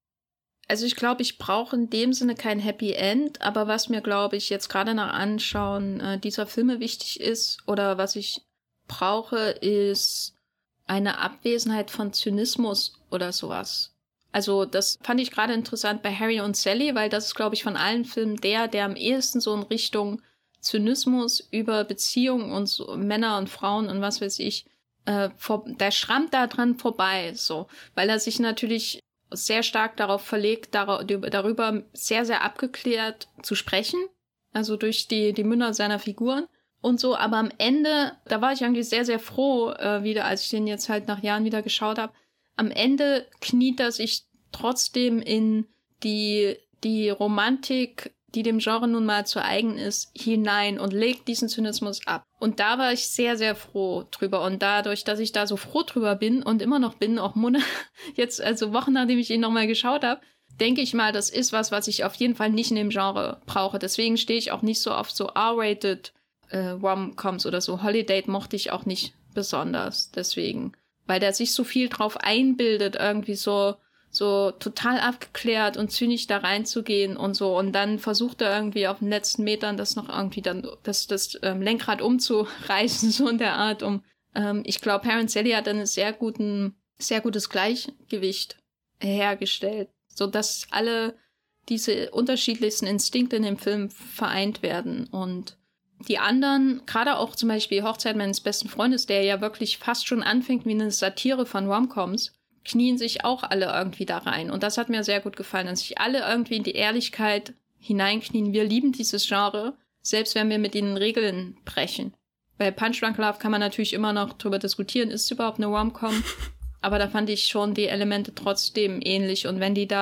Also ich glaube, ich brauche in dem Sinne kein Happy End, aber was mir, glaube ich, jetzt gerade nach Anschauen äh, dieser Filme wichtig ist oder was ich brauche, ist eine Abwesenheit von Zynismus oder sowas. Also das fand ich gerade interessant bei Harry und Sally, weil das ist, glaube ich, von allen Filmen der, der am ehesten so in Richtung Zynismus über Beziehungen und so, Männer und Frauen und was weiß ich, äh, vor, der schrammt da dran vorbei, so, weil er sich natürlich sehr stark darauf verlegt, dar- darüber sehr, sehr abgeklärt zu sprechen, also durch die, die Münder seiner Figuren und so, aber am Ende, da war ich eigentlich sehr, sehr froh, äh, wieder, als ich den jetzt halt nach Jahren wieder geschaut habe, am Ende kniet er sich trotzdem in die, die Romantik, die dem Genre nun mal zu eigen ist, hinein und legt diesen Zynismus ab. Und da war ich sehr, sehr froh drüber. Und dadurch, dass ich da so froh drüber bin und immer noch bin, auch Monate, jetzt, also Wochen nachdem ich ihn nochmal geschaut habe, denke ich mal, das ist was, was ich auf jeden Fall nicht in dem Genre brauche. Deswegen stehe ich auch nicht so auf so R-rated äh, Rom-Coms oder so. Holiday mochte ich auch nicht besonders. Deswegen. Weil der sich so viel drauf einbildet, irgendwie so so total abgeklärt und zynisch da reinzugehen und so. Und dann versucht er irgendwie auf den letzten Metern das noch irgendwie dann, das, das ähm, Lenkrad umzureißen, so in der Art. Um, ähm, ich glaube, Harry und Sally hat dann ein sehr guten, sehr gutes Gleichgewicht hergestellt, so dass alle diese unterschiedlichsten Instinkte in dem Film vereint werden. Und die anderen, gerade auch zum Beispiel Hochzeit meines besten Freundes, der ja wirklich fast schon anfängt wie eine Satire von Romcoms, knien sich auch alle irgendwie da rein. Und das hat mir sehr gut gefallen, dass sich alle irgendwie in die Ehrlichkeit hineinknien. Wir lieben dieses Genre, selbst wenn wir mit ihnen Regeln brechen. Bei Punch Drunk Love kann man natürlich immer noch drüber diskutieren, ist es überhaupt eine Rom-Com? Aber da fand ich schon die Elemente trotzdem ähnlich. Und wenn die da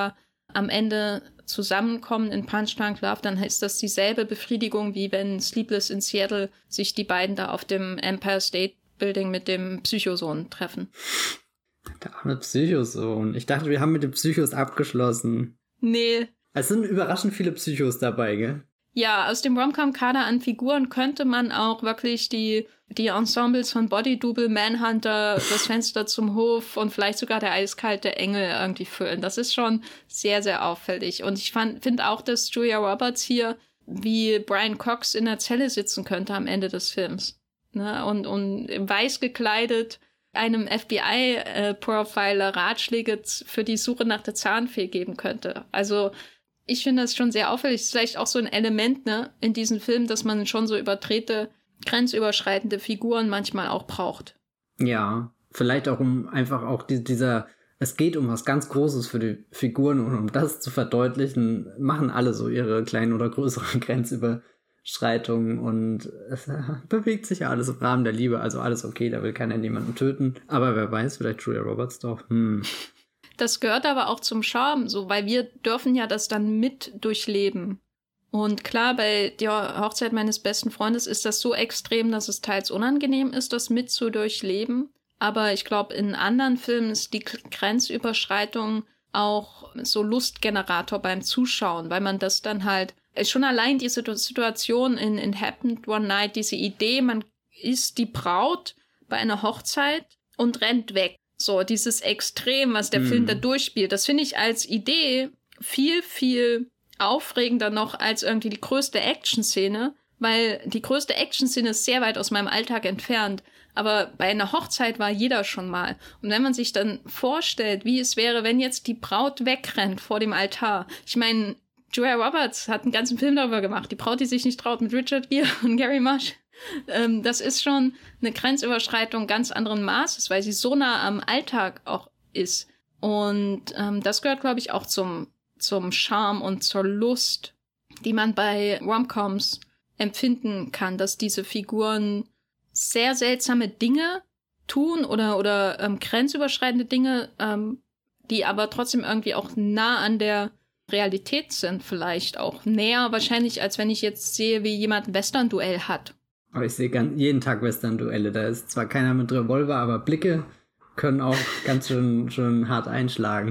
am Ende zusammenkommen in Punch Drunk Love, dann ist das dieselbe Befriedigung, wie wenn Sleepless in Seattle sich die beiden da auf dem Empire State Building mit dem Psychosohn treffen. Der arme Psychosohn. Ich dachte, wir haben mit den Psychos abgeschlossen. Nee. Es sind überraschend viele Psychos dabei, gell? Ja, aus dem Rom-Com-Kader an Figuren könnte man auch wirklich die, die Ensembles von Body Double, Manhunter, Das Fenster zum Hof und vielleicht sogar der eiskalte Engel irgendwie füllen. Das ist schon sehr, sehr auffällig. Und ich finde auch, dass Julia Roberts hier wie Brian Cox in der Zelle sitzen könnte am Ende des Films. Ne? Und, und weiß gekleidet einem F B I-Profiler Ratschläge für die Suche nach der Zahnfee geben könnte. Also ich finde das schon sehr auffällig. Das ist vielleicht auch so ein Element, ne, in diesem Film, dass man schon so überdrehte, grenzüberschreitende Figuren manchmal auch braucht. Ja, vielleicht auch um einfach auch die, dieser, es geht um was ganz Großes für die Figuren und um das zu verdeutlichen, machen alle so ihre kleinen oder größeren Grenzüberschreitungen und es äh, bewegt sich ja alles im Rahmen der Liebe, also alles okay, da will keiner niemanden töten. Aber wer weiß, vielleicht Julia Roberts doch, hm. Das gehört aber auch zum Charme, so, weil wir dürfen ja das dann mit durchleben. Und klar, bei der Hochzeit meines besten Freundes ist das so extrem, dass es teils unangenehm ist, das mit zu durchleben. Aber ich glaube, in anderen Filmen ist die Grenzüberschreitung auch so Lustgenerator beim Zuschauen, weil man das dann halt, schon allein diese Situation in, in Happened One Night, diese Idee, man ist die Braut bei einer Hochzeit und rennt weg. So, dieses Extrem, was der mm. Film da durchspielt, das finde ich als Idee viel, viel aufregender noch als irgendwie die größte Action-Szene, weil die größte Action-Szene ist sehr weit aus meinem Alltag entfernt. Aber bei einer Hochzeit war jeder schon mal. Und wenn man sich dann vorstellt, wie es wäre, wenn jetzt die Braut wegrennt vor dem Altar. Ich meine, Julia Roberts hat einen ganzen Film darüber gemacht. Die Braut, die sich nicht traut, mit Richard Gere und Gary Marsh. Ähm, das ist schon eine Grenzüberschreitung ganz anderen Maßes, weil sie so nah am Alltag auch ist. Und ähm, das gehört, glaube ich, auch zum, zum Charme und zur Lust, die man bei Rom-Coms empfinden kann, dass diese Figuren sehr seltsame Dinge tun oder, oder ähm, grenzüberschreitende Dinge, ähm, die aber trotzdem irgendwie auch nah an der Realität sind, vielleicht auch näher wahrscheinlich, als wenn ich jetzt sehe, wie jemand ein Western-Duell hat. Aber ich sehe ganz, jeden Tag Western-Duelle. Da ist zwar keiner mit Revolver, aber Blicke können auch ganz schön, schön hart einschlagen.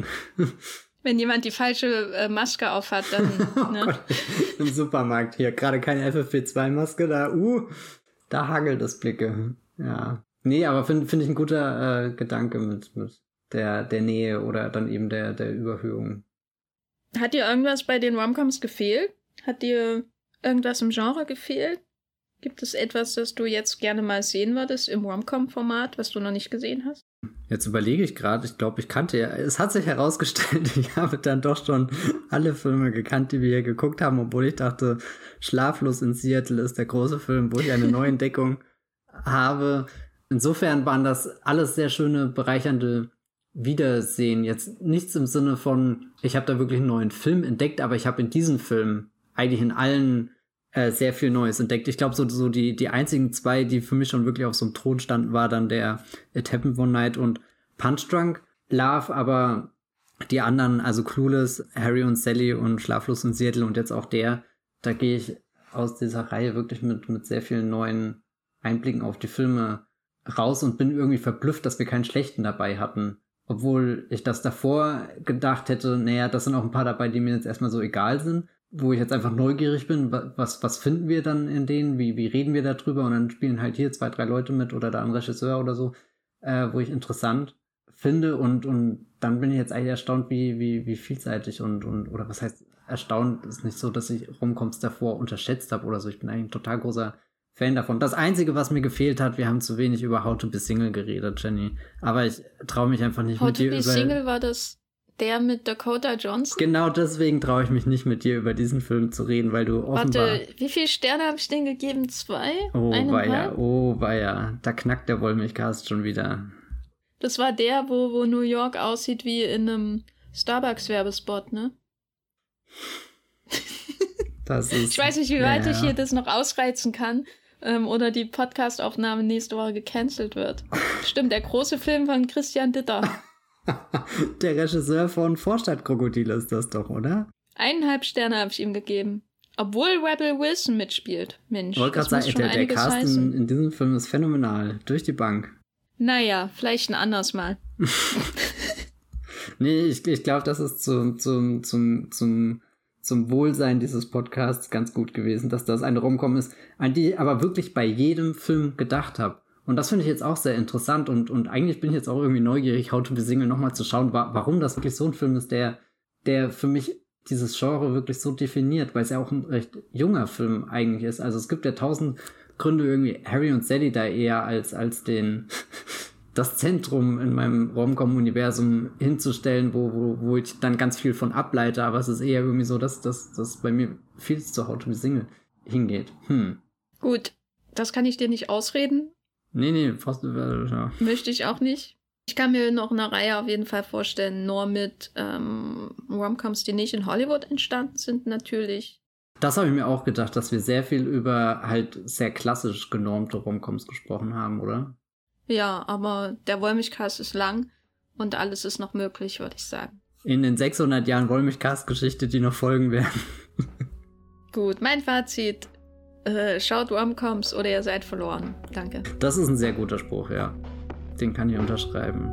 Wenn jemand die falsche äh, Maske aufhat, dann... Ne? Oh Gott, im Supermarkt hier, gerade keine F F P zwei Maske, da, uh, da hagelt es Blicke. Ja. Nee, aber finde find ich ein guter äh, Gedanke mit, mit der, der Nähe oder dann eben der, der Überhöhung. Hat dir irgendwas bei den Rom-Coms gefehlt? Hat dir irgendwas im Genre gefehlt? Gibt es etwas, das du jetzt gerne mal sehen würdest im Rom-Com-Format, was du noch nicht gesehen hast? Jetzt überlege ich gerade, ich glaube, ich kannte ja, es hat sich herausgestellt, ich habe dann doch schon alle Filme gekannt, die wir hier geguckt haben, obwohl ich dachte, Schlaflos in Seattle ist der große Film, wo ich eine Neuentdeckung habe. Insofern waren das alles sehr schöne, bereichernde Wiedersehen. Jetzt nichts im Sinne von, ich habe da wirklich einen neuen Film entdeckt, aber ich habe in diesem Film eigentlich in allen äh, sehr viel Neues entdeckt. Ich glaube, so, so die, die einzigen zwei, die für mich schon wirklich auf so einem Thron standen, war dann der It Happened One Night und Punch Drunk Love, aber die anderen, also Clueless, Harry und Sally und Schlaflos in Seattle und jetzt auch der, da gehe ich aus dieser Reihe wirklich mit, mit sehr vielen neuen Einblicken auf die Filme raus und bin irgendwie verblüfft, dass wir keinen schlechten dabei hatten. Obwohl ich das davor gedacht hätte, naja, das sind auch ein paar dabei, die mir jetzt erstmal so egal sind, wo ich jetzt einfach neugierig bin, was was finden wir dann in denen, wie wie reden wir da drüber und dann spielen halt hier zwei, drei Leute mit oder da ein Regisseur oder so, äh, wo ich interessant finde und und dann bin ich jetzt eigentlich erstaunt, wie wie wie vielseitig und und oder was heißt erstaunt, ist nicht so, dass ich Romcoms davor unterschätzt habe oder so, ich bin eigentlich ein total großer Fan davon. Das Einzige, was mir gefehlt hat, wir haben zu wenig über How to be Single geredet, Jenny. Aber ich traue mich einfach nicht How mit dir über... How to be Single war das der mit Dakota Johnson? Genau deswegen traue ich mich nicht mit dir über diesen Film zu reden, weil du offenbar... Warte, wie viele Sterne habe ich denn gegeben? Zwei? Oh weia, oh weia. Da knackt der Wollmilchcast schon wieder. Das war der, wo, wo New York aussieht wie in einem Starbucks-Werbespot, ne? Das ist, ich weiß nicht, wie weit ja, ich hier das noch ausreizen kann. Ähm, oder die Podcast-Aufnahme nächste Woche gecancelt wird. Stimmt, der große Film von Christian Ditter. Der Regisseur von Vorstadtkrokodile ist das doch, oder? Eineinhalb Sterne habe ich ihm gegeben. Obwohl Rebel Wilson mitspielt. Mensch, ich wollte gerade sagen, der, der Cast in, in diesem Film ist phänomenal. Durch die Bank. Naja, vielleicht ein anderes Mal. Nee, ich, ich glaube, das ist zum, zum, zum, zum, zum Wohlsein dieses Podcasts ganz gut gewesen, dass das eine Rom-Com ist, an die ich aber wirklich bei jedem Film gedacht habe. Und das finde ich jetzt auch sehr interessant und, und eigentlich bin ich jetzt auch irgendwie neugierig, How to Be Single nochmal zu schauen, wa- warum das wirklich so ein Film ist, der, der für mich dieses Genre wirklich so definiert, weil es ja auch ein recht junger Film eigentlich ist. Also es gibt ja tausend Gründe, irgendwie Harry und Sally da eher als, als den, das Zentrum in meinem Rom-Com-Universum hinzustellen, wo, wo, wo ich dann ganz viel von ableite, aber es ist eher irgendwie so, dass das dass bei mir viel zu How to Be Single hingeht. Hm. Gut, das kann ich dir nicht ausreden. Nee, nee, fast, äh, ja. Möchte ich auch nicht. Ich kann mir noch eine Reihe auf jeden Fall vorstellen, nur mit ähm, Rom-Coms, die nicht in Hollywood entstanden sind, natürlich. Das habe ich mir auch gedacht, dass wir sehr viel über halt sehr klassisch genormte Rom-Coms gesprochen haben, oder? Ja, aber der Wollmilchcast ist lang und alles ist noch möglich, würde ich sagen. In den sechshundert Jahren Wollmilchcast-Geschichte, die noch folgen werden. Gut, mein Fazit. Äh, schaut Rom-Coms oder ihr seid verloren. Danke. Das ist ein sehr guter Spruch, ja. Den kann ich unterschreiben.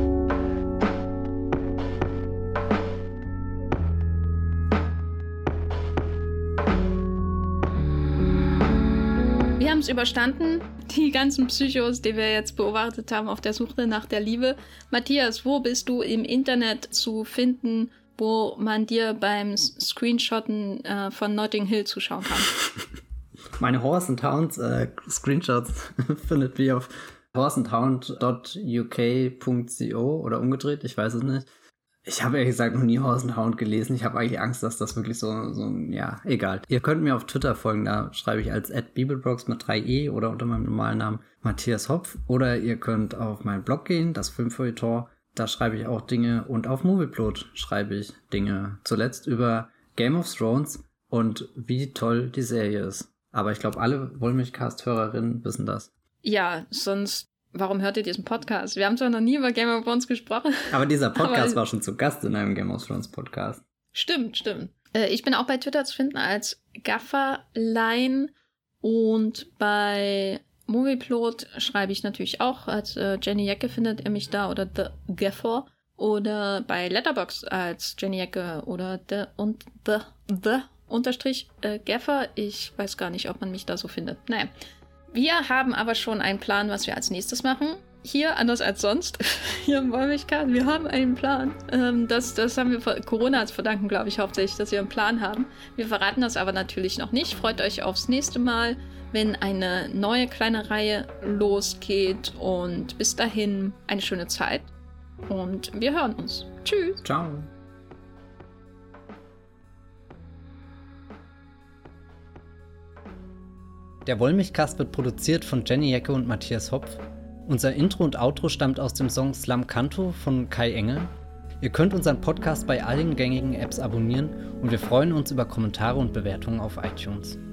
Wir haben es überstanden. Die ganzen Psychos, die wir jetzt beobachtet haben auf der Suche nach der Liebe. Matthias, wo bist du im Internet zu finden, wo man dir beim Screenshotten äh, von Notting Hill zuschauen kann? Meine Horse and Hound äh, Screenshots findet ihr auf horseandhound Punkt u k Punkt co oder umgedreht, ich weiß es nicht. Ich habe ehrlich gesagt noch nie Horse and Hound gelesen. Ich habe eigentlich Angst, dass das wirklich so, so, ja, egal. Ihr könnt mir auf Twitter folgen, da schreibe ich als at bibelbrox mit drei e oder unter meinem normalen Namen Matthias Hopf. Oder ihr könnt auf meinen Blog gehen, das Filmfeuilleton, da schreibe ich auch Dinge. Und auf Movieplot schreibe ich Dinge. Zuletzt über Game of Thrones und wie toll die Serie ist. Aber ich glaube, alle Wollmilchcast-Hörerinnen wissen das. Ja, sonst, warum hört ihr diesen Podcast? Wir haben zwar noch nie über Game of Thrones gesprochen. Aber dieser Podcast aber war schon zu Gast in einem Game of Thrones Podcast. Stimmt, stimmt. Äh, ich bin auch bei Twitter zu finden als Gafferlein und bei Movieplot schreibe ich natürlich auch als äh, Jenny Jecke findet ihr mich da oder The Gaffer oder bei Letterboxd als Jenny Jecke oder The und The The Unterstrich äh, Gaffer. Ich weiß gar nicht, ob man mich da so findet. Naja. Wir haben aber schon einen Plan, was wir als nächstes machen. Hier, anders als sonst, hier im Wollmilchcast, wir haben einen Plan. Ähm, das, das haben wir Corona zu verdanken, glaube ich, hauptsächlich, dass wir einen Plan haben. Wir verraten das aber natürlich noch nicht. Freut euch aufs nächste Mal, wenn eine neue kleine Reihe losgeht. Und bis dahin eine schöne Zeit. Und wir hören uns. Tschüss. Ciao. Der Wollmilchcast wird produziert von Jenny Jecke und Matthias Hopf. Unser Intro und Outro stammt aus dem Song Slam Canto von Kai Engel. Ihr könnt unseren Podcast bei allen gängigen Apps abonnieren und wir freuen uns über Kommentare und Bewertungen auf iTunes.